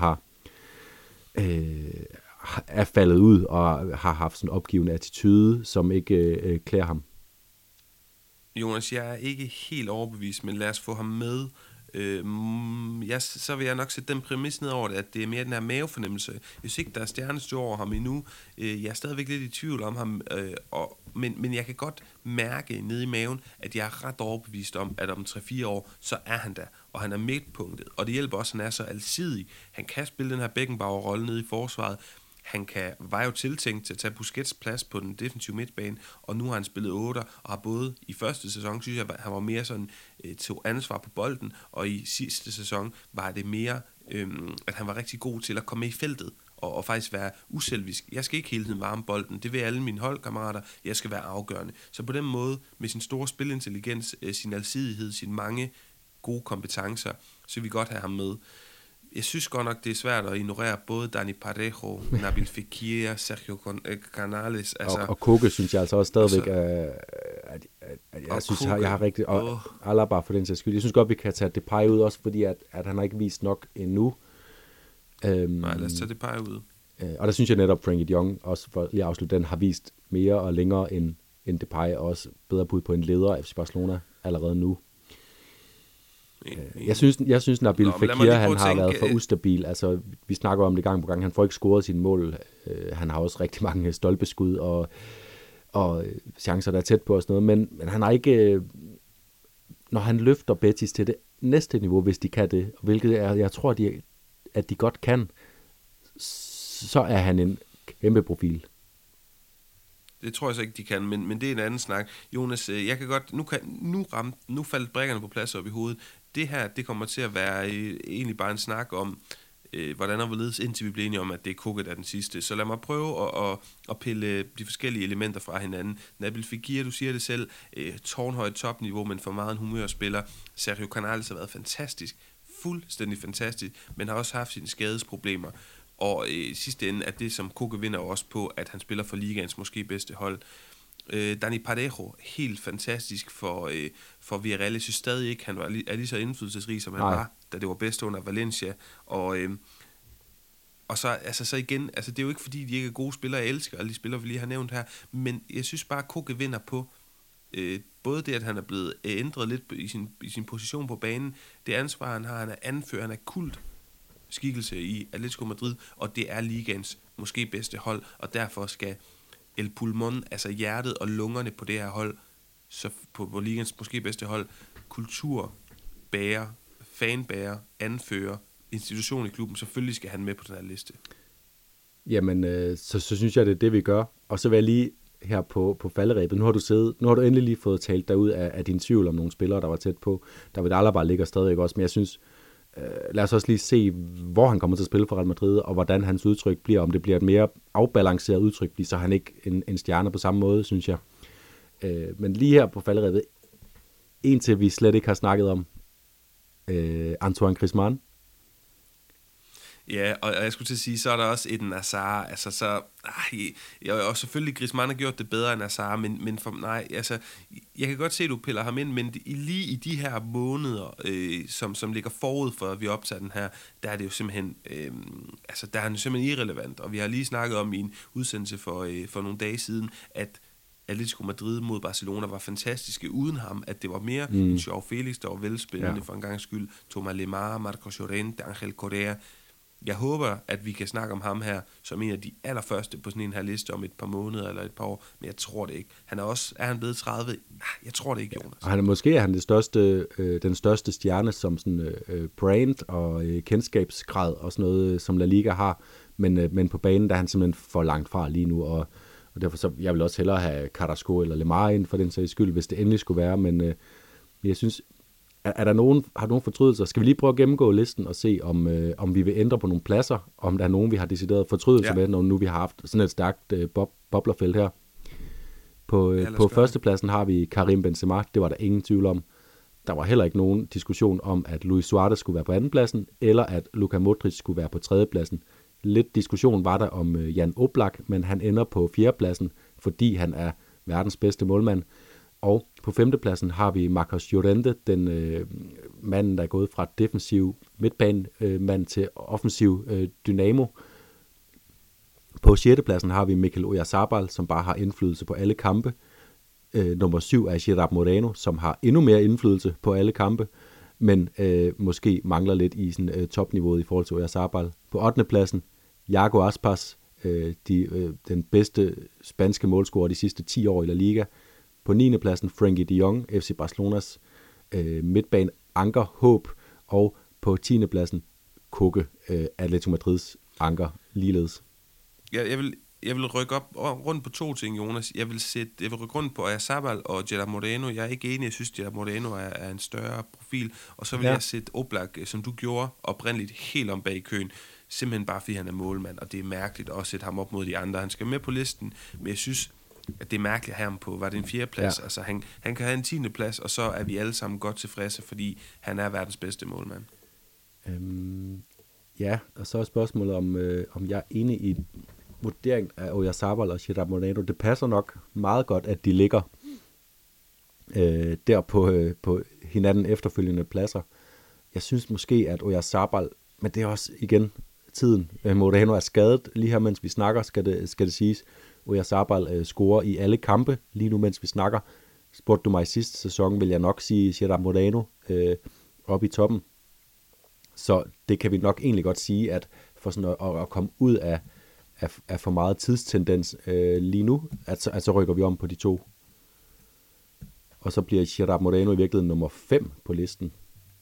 er faldet ud og har haft sådan en opgivende attitude, som ikke klæder ham. Jonas, jeg er ikke helt overbevist, men lad os få ham med. Så vil jeg nok sætte den præmis ned over det, at det er mere den her mavefornemmelse. Jeg synes ikke, der er stjernestøv over ham endnu. Jeg er stadigvæk lidt i tvivl om ham, men jeg kan godt mærke nede i maven, at jeg er ret overbevist om, at om 3-4 år, så er han der, og han er midtpunktet. Og det hjælper også, at han er så alsidig. Han kan spille den her Beckenbauer-rolle nede i forsvaret. Han var jo tiltænkt til at tage Busquets plads på den defensive midtbane, og nu har han spillet 8, og har både i første sæson, synes jeg, han var mere sådan, tog ansvar på bolden, og i sidste sæson var det mere, at han var rigtig god til at komme med i feltet, og faktisk være uselvisk. Jeg skal ikke hele tiden varme bolden, det vil alle mine holdkammerater, jeg skal være afgørende. Så på den måde, med sin store spilintelligens, sin alsidighed, sine mange gode kompetencer, så vil vi godt have ham med. Jeg synes godt nok, det er svært at ignorere både Dani Parejo, Nabil Fekir, Sergio Canales. Altså, og Koke synes jeg altså også stadigvæk, at jeg synes, jeg har rigtig... Og Alaba for den sags skyld. Jeg synes godt, vi kan tage Depay ud også, fordi at han har ikke vist nok endnu. Nej, lad os tage Depay ud. Og der synes jeg netop, Frenkie de Jong, også for lige at afslutte den, har vist mere og længere end Depay, og også bedre bud på en leder af FC Barcelona allerede nu. Jeg synes Nabil Fekir, han har været for ustabil. Altså, vi snakker om det gang på gang. Han får ikke scoret sine mål. Han har også rigtig mange stolpeskud og chancer, der er tæt på og sådan noget. Men han har ikke... Når han løfter Betis til det næste niveau, hvis de kan det, hvilket jeg tror, at de godt kan, så er han en kæmpe profil. Det tror jeg så ikke, de kan, men det er en anden snak. Jonas, jeg kan godt... Nu faldt brækkerne på plads op i hovedet. Det her, det kommer til at være egentlig bare en snak om hvordan og hvorledes, indtil vi bliver enige om, at det er Koke, der er den sidste. Så lad mig prøve at pille de forskellige elementer fra hinanden. Nabil Fekir, du siger det selv, tårnhøjt topniveau, men for meget en humørspiller. Sergio Canales har været fantastisk, fuldstændig fantastisk, men har også haft sine skadesproblemer. Og sidste ende er det, som Koke vinder også på, at han spiller for ligaens måske bedste hold. Dani Parejo, helt fantastisk for Villarreal. Jeg synes stadig ikke, han er lige så indflydelsesrig, som han var, da det var bedst under Valencia. Og så igen, altså det er jo ikke fordi, de ikke er gode spillere, jeg elsker alle de spillere, vi lige har nævnt her, men jeg synes bare, at Koke vinder på både det, at han er blevet ændret lidt i sin position på banen, det ansvar, han har, han er anfører, han er kult skikkelse i Atletico Madrid, og det er ligaens måske bedste hold, og derfor skal El Pulmón, altså hjertet og lungerne på det her hold, så på ligaens måske bedste hold, kultur, bærer, fanbærer, anfører, institution i klubben, selvfølgelig skal han med på den her liste. Jamen, så synes jeg, det er det, vi gør. Og så vil jeg lige her på falderæbet. Nu har du endelig lige fået talt dig ud af din tvivl om nogle spillere, der var tæt på. David Alaba ligger stadig også, men jeg synes, lad os også lige se, hvor han kommer til at spille for Real Madrid, og hvordan hans udtryk bliver, om det bliver et mere afbalanceret udtryk, fordi så er han ikke en stjerne på samme måde, synes jeg. Men lige her på falderæbet, en til vi slet ikke har snakket om, Antoine Griezmann. Ja, og jeg skulle til at sige, så er der også Eden Hazard, altså så, og selvfølgelig Griezmann har gjort det bedre end Hazard, men for, nej, altså, jeg kan godt se, at du piller ham ind, men lige i de her måneder, som ligger forud for, at vi optager den her, der er det jo simpelthen, der er han jo simpelthen irrelevant, og vi har lige snakket om i en udsendelse for nogle dage siden, at Atletico Madrid mod Barcelona var fantastiske uden ham, at det var mere en Joao Felix, der var velspillende for en gang skyld, Thomas Lemar, Marcos Llorente, Angel Correa. Jeg håber, at vi kan snakke om ham her som en af de allerførste på sådan en her liste om et par måneder eller et par år, men jeg tror det ikke. Er han blevet 30? Jeg tror det ikke, Jonas. Måske er han den største stjerne som sådan brand og kendskabsgrad og sådan noget, som La Liga har, men på banen der er han simpelthen for langt fra lige nu, og derfor så, jeg vil også hellere have Carrasco eller Lemar ind for den sags skyld, hvis det endelig skulle være, men jeg synes, har du nogen fortrydelser? Skal vi lige prøve at gennemgå listen og se, om vi vil ændre på nogle pladser, om der er nogen, vi har decideret fortrydelser med, når nu vi har haft sådan et stærkt boblerfelt her. På førstepladsen har vi Karim Benzema, det var der ingen tvivl om. Der var heller ikke nogen diskussion om, at Luis Suarez skulle være på andenpladsen, eller at Luka Modric skulle være på tredjepladsen. Lidt diskussion var der om Jan Oblak, men han ender på fjerdepladsen, fordi han er verdens bedste målmand. Og på femtepladsen har vi Marcos Llorente, den mand, der er gået fra defensiv midtbanemand til offensiv dynamo. På sjettepladsen har vi Mikel Oyarzabal, som bare har indflydelse på alle kampe. Nummer 7 er Gerard Moreno, som har endnu mere indflydelse på alle kampe, men måske mangler lidt i sådan, topniveauet i forhold til Oyarzabal. På 8. pladsen, Iago Aspas, den bedste spanske målscorer de sidste 10 år i La Liga. På 9. pladsen Frenkie de Jong, FC Barcelonas midtbane anker, håb, og på 10. pladsen Koke, Atletico Madrids anker, ligeledes. Jeg vil rykke op rundt på to ting, Jonas. Jeg vil rykke rundt på Oyarzabal og Gerard Moreno. Jeg er ikke enig, jeg synes, Gerard Moreno er en større profil. Og så vil jeg sætte Oblak, som du gjorde, oprindeligt helt om bag køen. Simpelthen bare fordi han er målmand, og det er mærkeligt at sætte ham op mod de andre. Han skal med på listen, men jeg synes, at det er mærkeligt at have ham på, var det en 4. plads? Ja. Altså han kan have en 10. plads, og så er vi alle sammen godt tilfredse, fordi han er verdens bedste målmand. Ja, og så er spørgsmålet, om jeg er enig i vurderingen af Oyarzabal og Gerard Moreno. Det passer nok meget godt, at de ligger der på hinanden efterfølgende pladser. Jeg synes måske, at Oyarzabal, men det er også igen tiden. Moreno er skadet lige her, mens vi snakker, skal det siges. Oyarzabal scorer i alle kampe lige nu, mens vi snakker. Spurgte du mig i sidste sæson, vil jeg nok sige Gerard Moreno op i toppen. Så det kan vi nok egentlig godt sige, at for sådan at komme ud af for meget tidstendens lige nu, at så rykker vi om på de to. Og så bliver Gerard Moreno i virkeligheden nummer 5 på listen.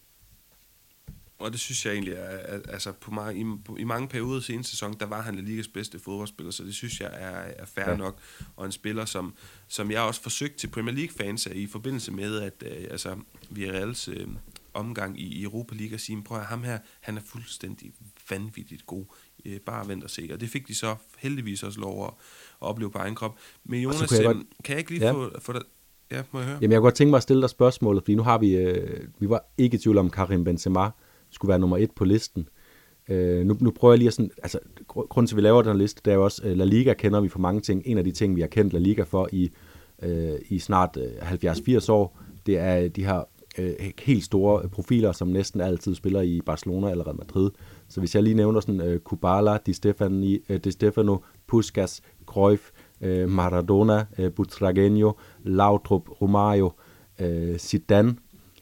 Og det synes jeg egentlig altså i mange perioder seneste sæson, der var han La Ligas bedste fodboldspiller, så det synes jeg er fair nok. Og en spiller, som jeg også forsøgte til Premier League-fans i forbindelse med, at Villarreals omgang i Europa League og sige, prøv at ham her, han er fuldstændig vanvittigt god. Bare vent og se. Og det fik de så heldigvis også lov at opleve på egen krop. Men Jonas, kan jeg ikke lige få dig... Ja, må jeg høre? Jamen, jeg kunne godt tænke mig at stille dig spørgsmålet, fordi nu har vi var ikke i tvivl om, Karim Benzema skulle være nummer 1 på listen. Nu prøver jeg lige at sådan, altså, grunden til, at vi laver den her liste, det er jo også, La Liga kender vi for mange ting. En af de ting, vi har kendt La Liga for i snart 70-80 år, det er de her helt store profiler, som næsten altid spiller i Barcelona eller Real Madrid. Så hvis jeg lige nævner sådan Kubala, Di Stefano, Puskas, Cruyff, Maradona, Butragueño, Laudrup, Romario, Zidane,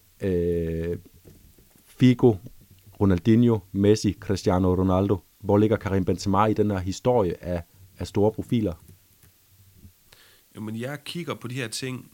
Figo, Ronaldinho, Messi, Cristiano Ronaldo. Hvor ligger Karim Benzema i den her historie af store profiler? Jamen, jeg kigger på de her ting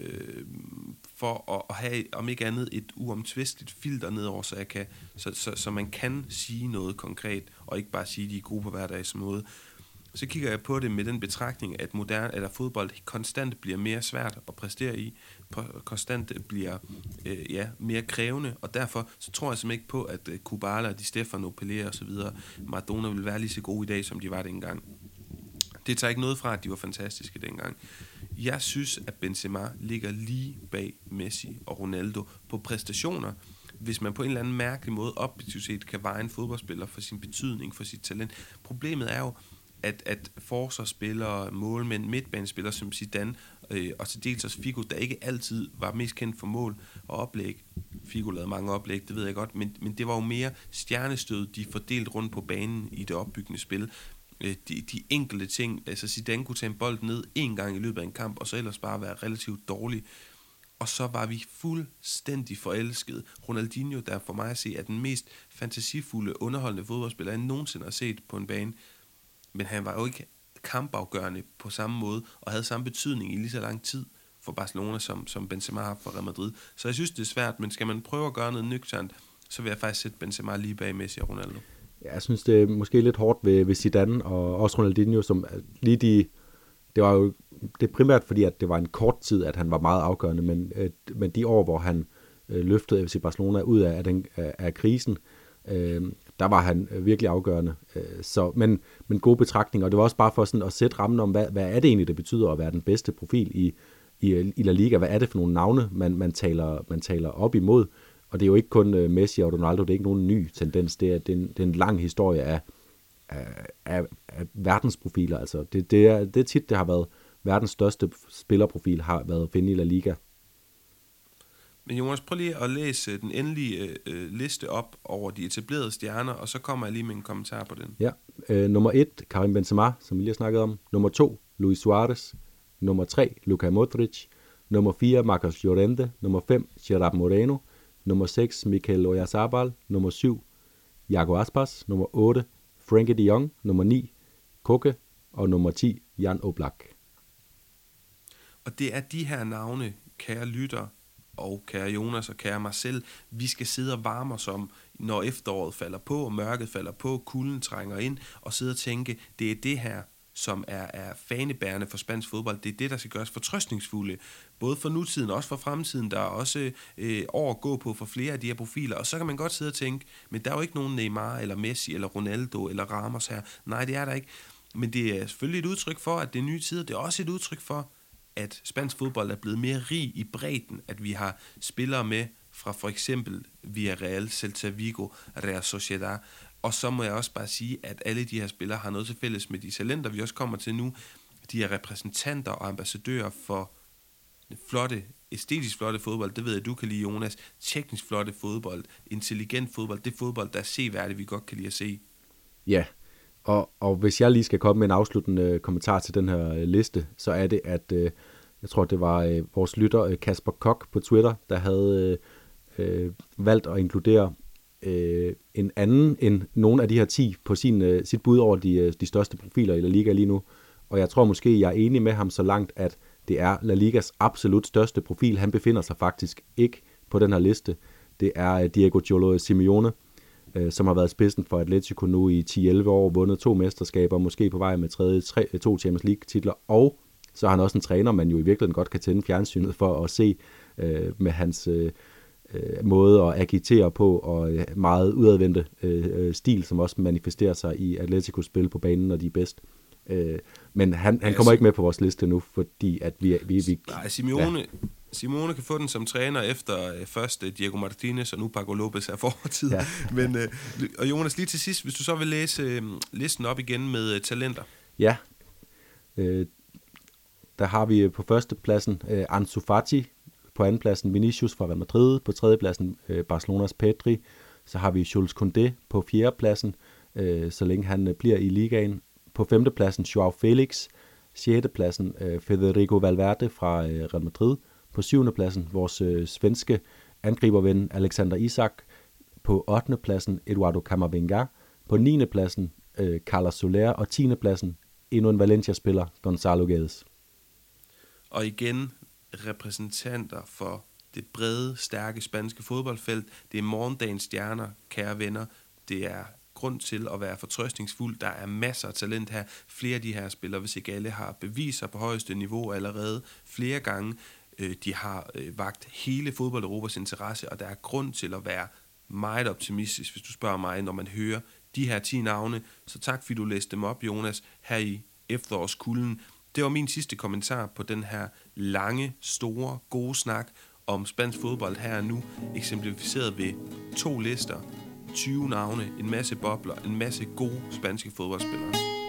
for at have, om ikke andet, et uomtvisteligt filter nedover, så man kan sige noget konkret, og ikke bare sige, at de er gode på hverdags måde. Så kigger jeg på det med den betragtning, at fodbold konstant bliver mere svært at præstere i, konstant bliver mere krævende, og derfor så tror jeg simpelthen ikke på, at Kubala, Di Stefano, Pelé og så videre, Maradona vil være lige så gode i dag, som de var dengang. Det tager ikke noget fra, at de var fantastiske dengang. Jeg synes, at Benzema ligger lige bag Messi og Ronaldo på præstationer, hvis man på en eller anden mærkelig måde objektivt set kan veje en fodboldspiller for sin betydning, for sit talent. Problemet er jo, at forsvarsspillere, målmænd, midtbanespillere som Zidane og til dels også Figo, der ikke altid var mest kendt for mål og oplæg. Figo lavede mange oplæg, det ved jeg godt, men det var jo mere stjernestød, de fordelt rundt på banen i det opbyggende spil. De enkelte ting, altså Zidane kunne tage en bold ned en gang i løbet af en kamp, og så ellers bare være relativt dårlig. Og så var vi fuldstændig forelskede. Ronaldinho, der for mig at se, er den mest fantasifulde, underholdende fodboldspiller, jeg nogensinde har set på en bane. Men han var jo ikke kampafgørende på samme måde, og havde samme betydning i lige så lang tid for Barcelona, som Benzema har for Real Madrid. Så jeg synes, det er svært, men skal man prøve at gøre noget nøgternt, så vil jeg faktisk sætte Benzema lige bag Messi og Ronaldo. Ja, jeg synes, det er måske lidt hårdt ved Zidane og også Ronaldinho, som lige det var jo det primært fordi, at det var en kort tid, at han var meget afgørende, men de år, hvor han løftede FC Barcelona ud af krisen, der var han virkelig afgørende. Men gode betragtninger, og det var også bare for sådan at sætte rammen om, hvad er det egentlig, det betyder at være den bedste profil i La Liga? Hvad er det for nogle navne, man taler op imod? Og det er jo ikke kun Messi og Ronaldo, det er ikke nogen ny tendens, det er en lang historie af verdensprofiler. Altså det er tit, det har været verdens største spillerprofil, har været at finde i La Liga. Men Jonas, prøv lige at læse den endelige liste op over de etablerede stjerner, og så kommer jeg lige med en kommentar på den. Ja, nummer 1, Karim Benzema, som vi lige har snakket om. Nummer 2, Luis Suarez. Nummer 3, Luka Modric. Nummer 4, Marcos Llorente. Nummer 5, Gerard Moreno. Nummer 6, Mikel Oyarzabal. Nummer 7, Iago Aspas. Nummer 8, Frenkie de Jong. Nummer 9, Koke. Og nummer 10, Jan Oblak. Og det er de her navne, kære lytter, og kære Jonas og kære Marcel, vi skal sidde og varme os om, når efteråret falder på, og mørket falder på, kulden trænger ind, og sidde og tænke, det er det her, som er fanebærende for spansk fodbold. Det er det, der skal gøres fortrøstningsfulde, både for nutiden og også for fremtiden. Der er også år at gå på for flere af de her profiler, og så kan man godt sidde og tænke, men der er jo ikke nogen Neymar, eller Messi, eller Ronaldo, eller Ramos her. Nej, det er der ikke. Men det er selvfølgelig et udtryk for, at det er nye tider. Det er også et udtryk for, at spansk fodbold er blevet mere rig i bredden, at vi har spillere med fra for eksempel Villarreal, Celta Vigo, Real Sociedad, og så må jeg også bare sige, at alle de her spillere har noget til fælles med de talenter, vi også kommer til nu. De er repræsentanter og ambassadører for flotte, æstetisk flotte fodbold, det ved jeg, du kan lide, Jonas, teknisk flotte fodbold, intelligent fodbold, det fodbold, der er seværdigt, vi godt kan lide at se. Ja, og hvis jeg lige skal komme med en afsluttende kommentar til den her liste, så er det, at jeg tror, det var vores lytter Kasper Kok på Twitter, der havde valgt at inkludere en anden end nogle af de her 10 på sit bud over de største profiler i La Liga lige nu. Og jeg tror måske, jeg er enig med ham så langt, at det er La Ligas absolut største profil. Han befinder sig faktisk ikke på den her liste. Det er Diego Cholo Simeone, som har været spidsen for Atletico nu i 10-11 år, vundet 2 mesterskaber, måske på vej med 2 Champions League-titler, og så har han også en træner, man jo i virkeligheden godt kan tænde fjernsynet for at se med hans måde at agitere på, og meget udadvendte stil, som også manifesterer sig i Atleticos spil på banen, når de er bedst. Men han kommer ikke med på vores liste nu, fordi at vi nej, Simeone kan få den som træner efter først Diego Martinez, og nu Paco Lopez er fortid. Ja. Men, og Jonas, lige til sidst, hvis du så vil læse listen op igen med talenter. Ja, der har vi på førstepladsen Ansu Fati, på andenpladsen Vinicius fra Real Madrid, på tredjepladsen Barcelonas Pedri, så har vi Jules Koundé på fjerdepladsen, så længe han bliver i ligaen. På femtepladsen Joao Felix, sjettepladsen Federico Valverde fra Real Madrid, på syvendepladsen vores svenske angriberven Alexander Isak, på ottendepladsen Eduardo Camavinga, på niendepladsen Carlos Soler, og tiendepladsen endnu en Valencia-spiller, Gonzalo Guedes. Og igen repræsentanter for det brede, stærke spanske fodboldfelt. Det er morgendagens stjerner, kære venner. Det er grund til at være fortrøstningsfuld. Der er masser af talent her. Flere af de her spillere, hvis ikke alle, har beviser på højeste niveau allerede flere gange. De har vakt hele fodbold-Europas interesse, og der er grund til at være meget optimistisk, hvis du spørger mig, når man hører de her 10 navne. Så tak, fordi du læste dem op, Jonas, her i efterårskulden. Det var min sidste kommentar på den her lange, store, gode snak om spansk fodbold her nu, eksemplificeret ved 2 lister, 20 navne, en masse bobler, en masse gode spanske fodboldspillere.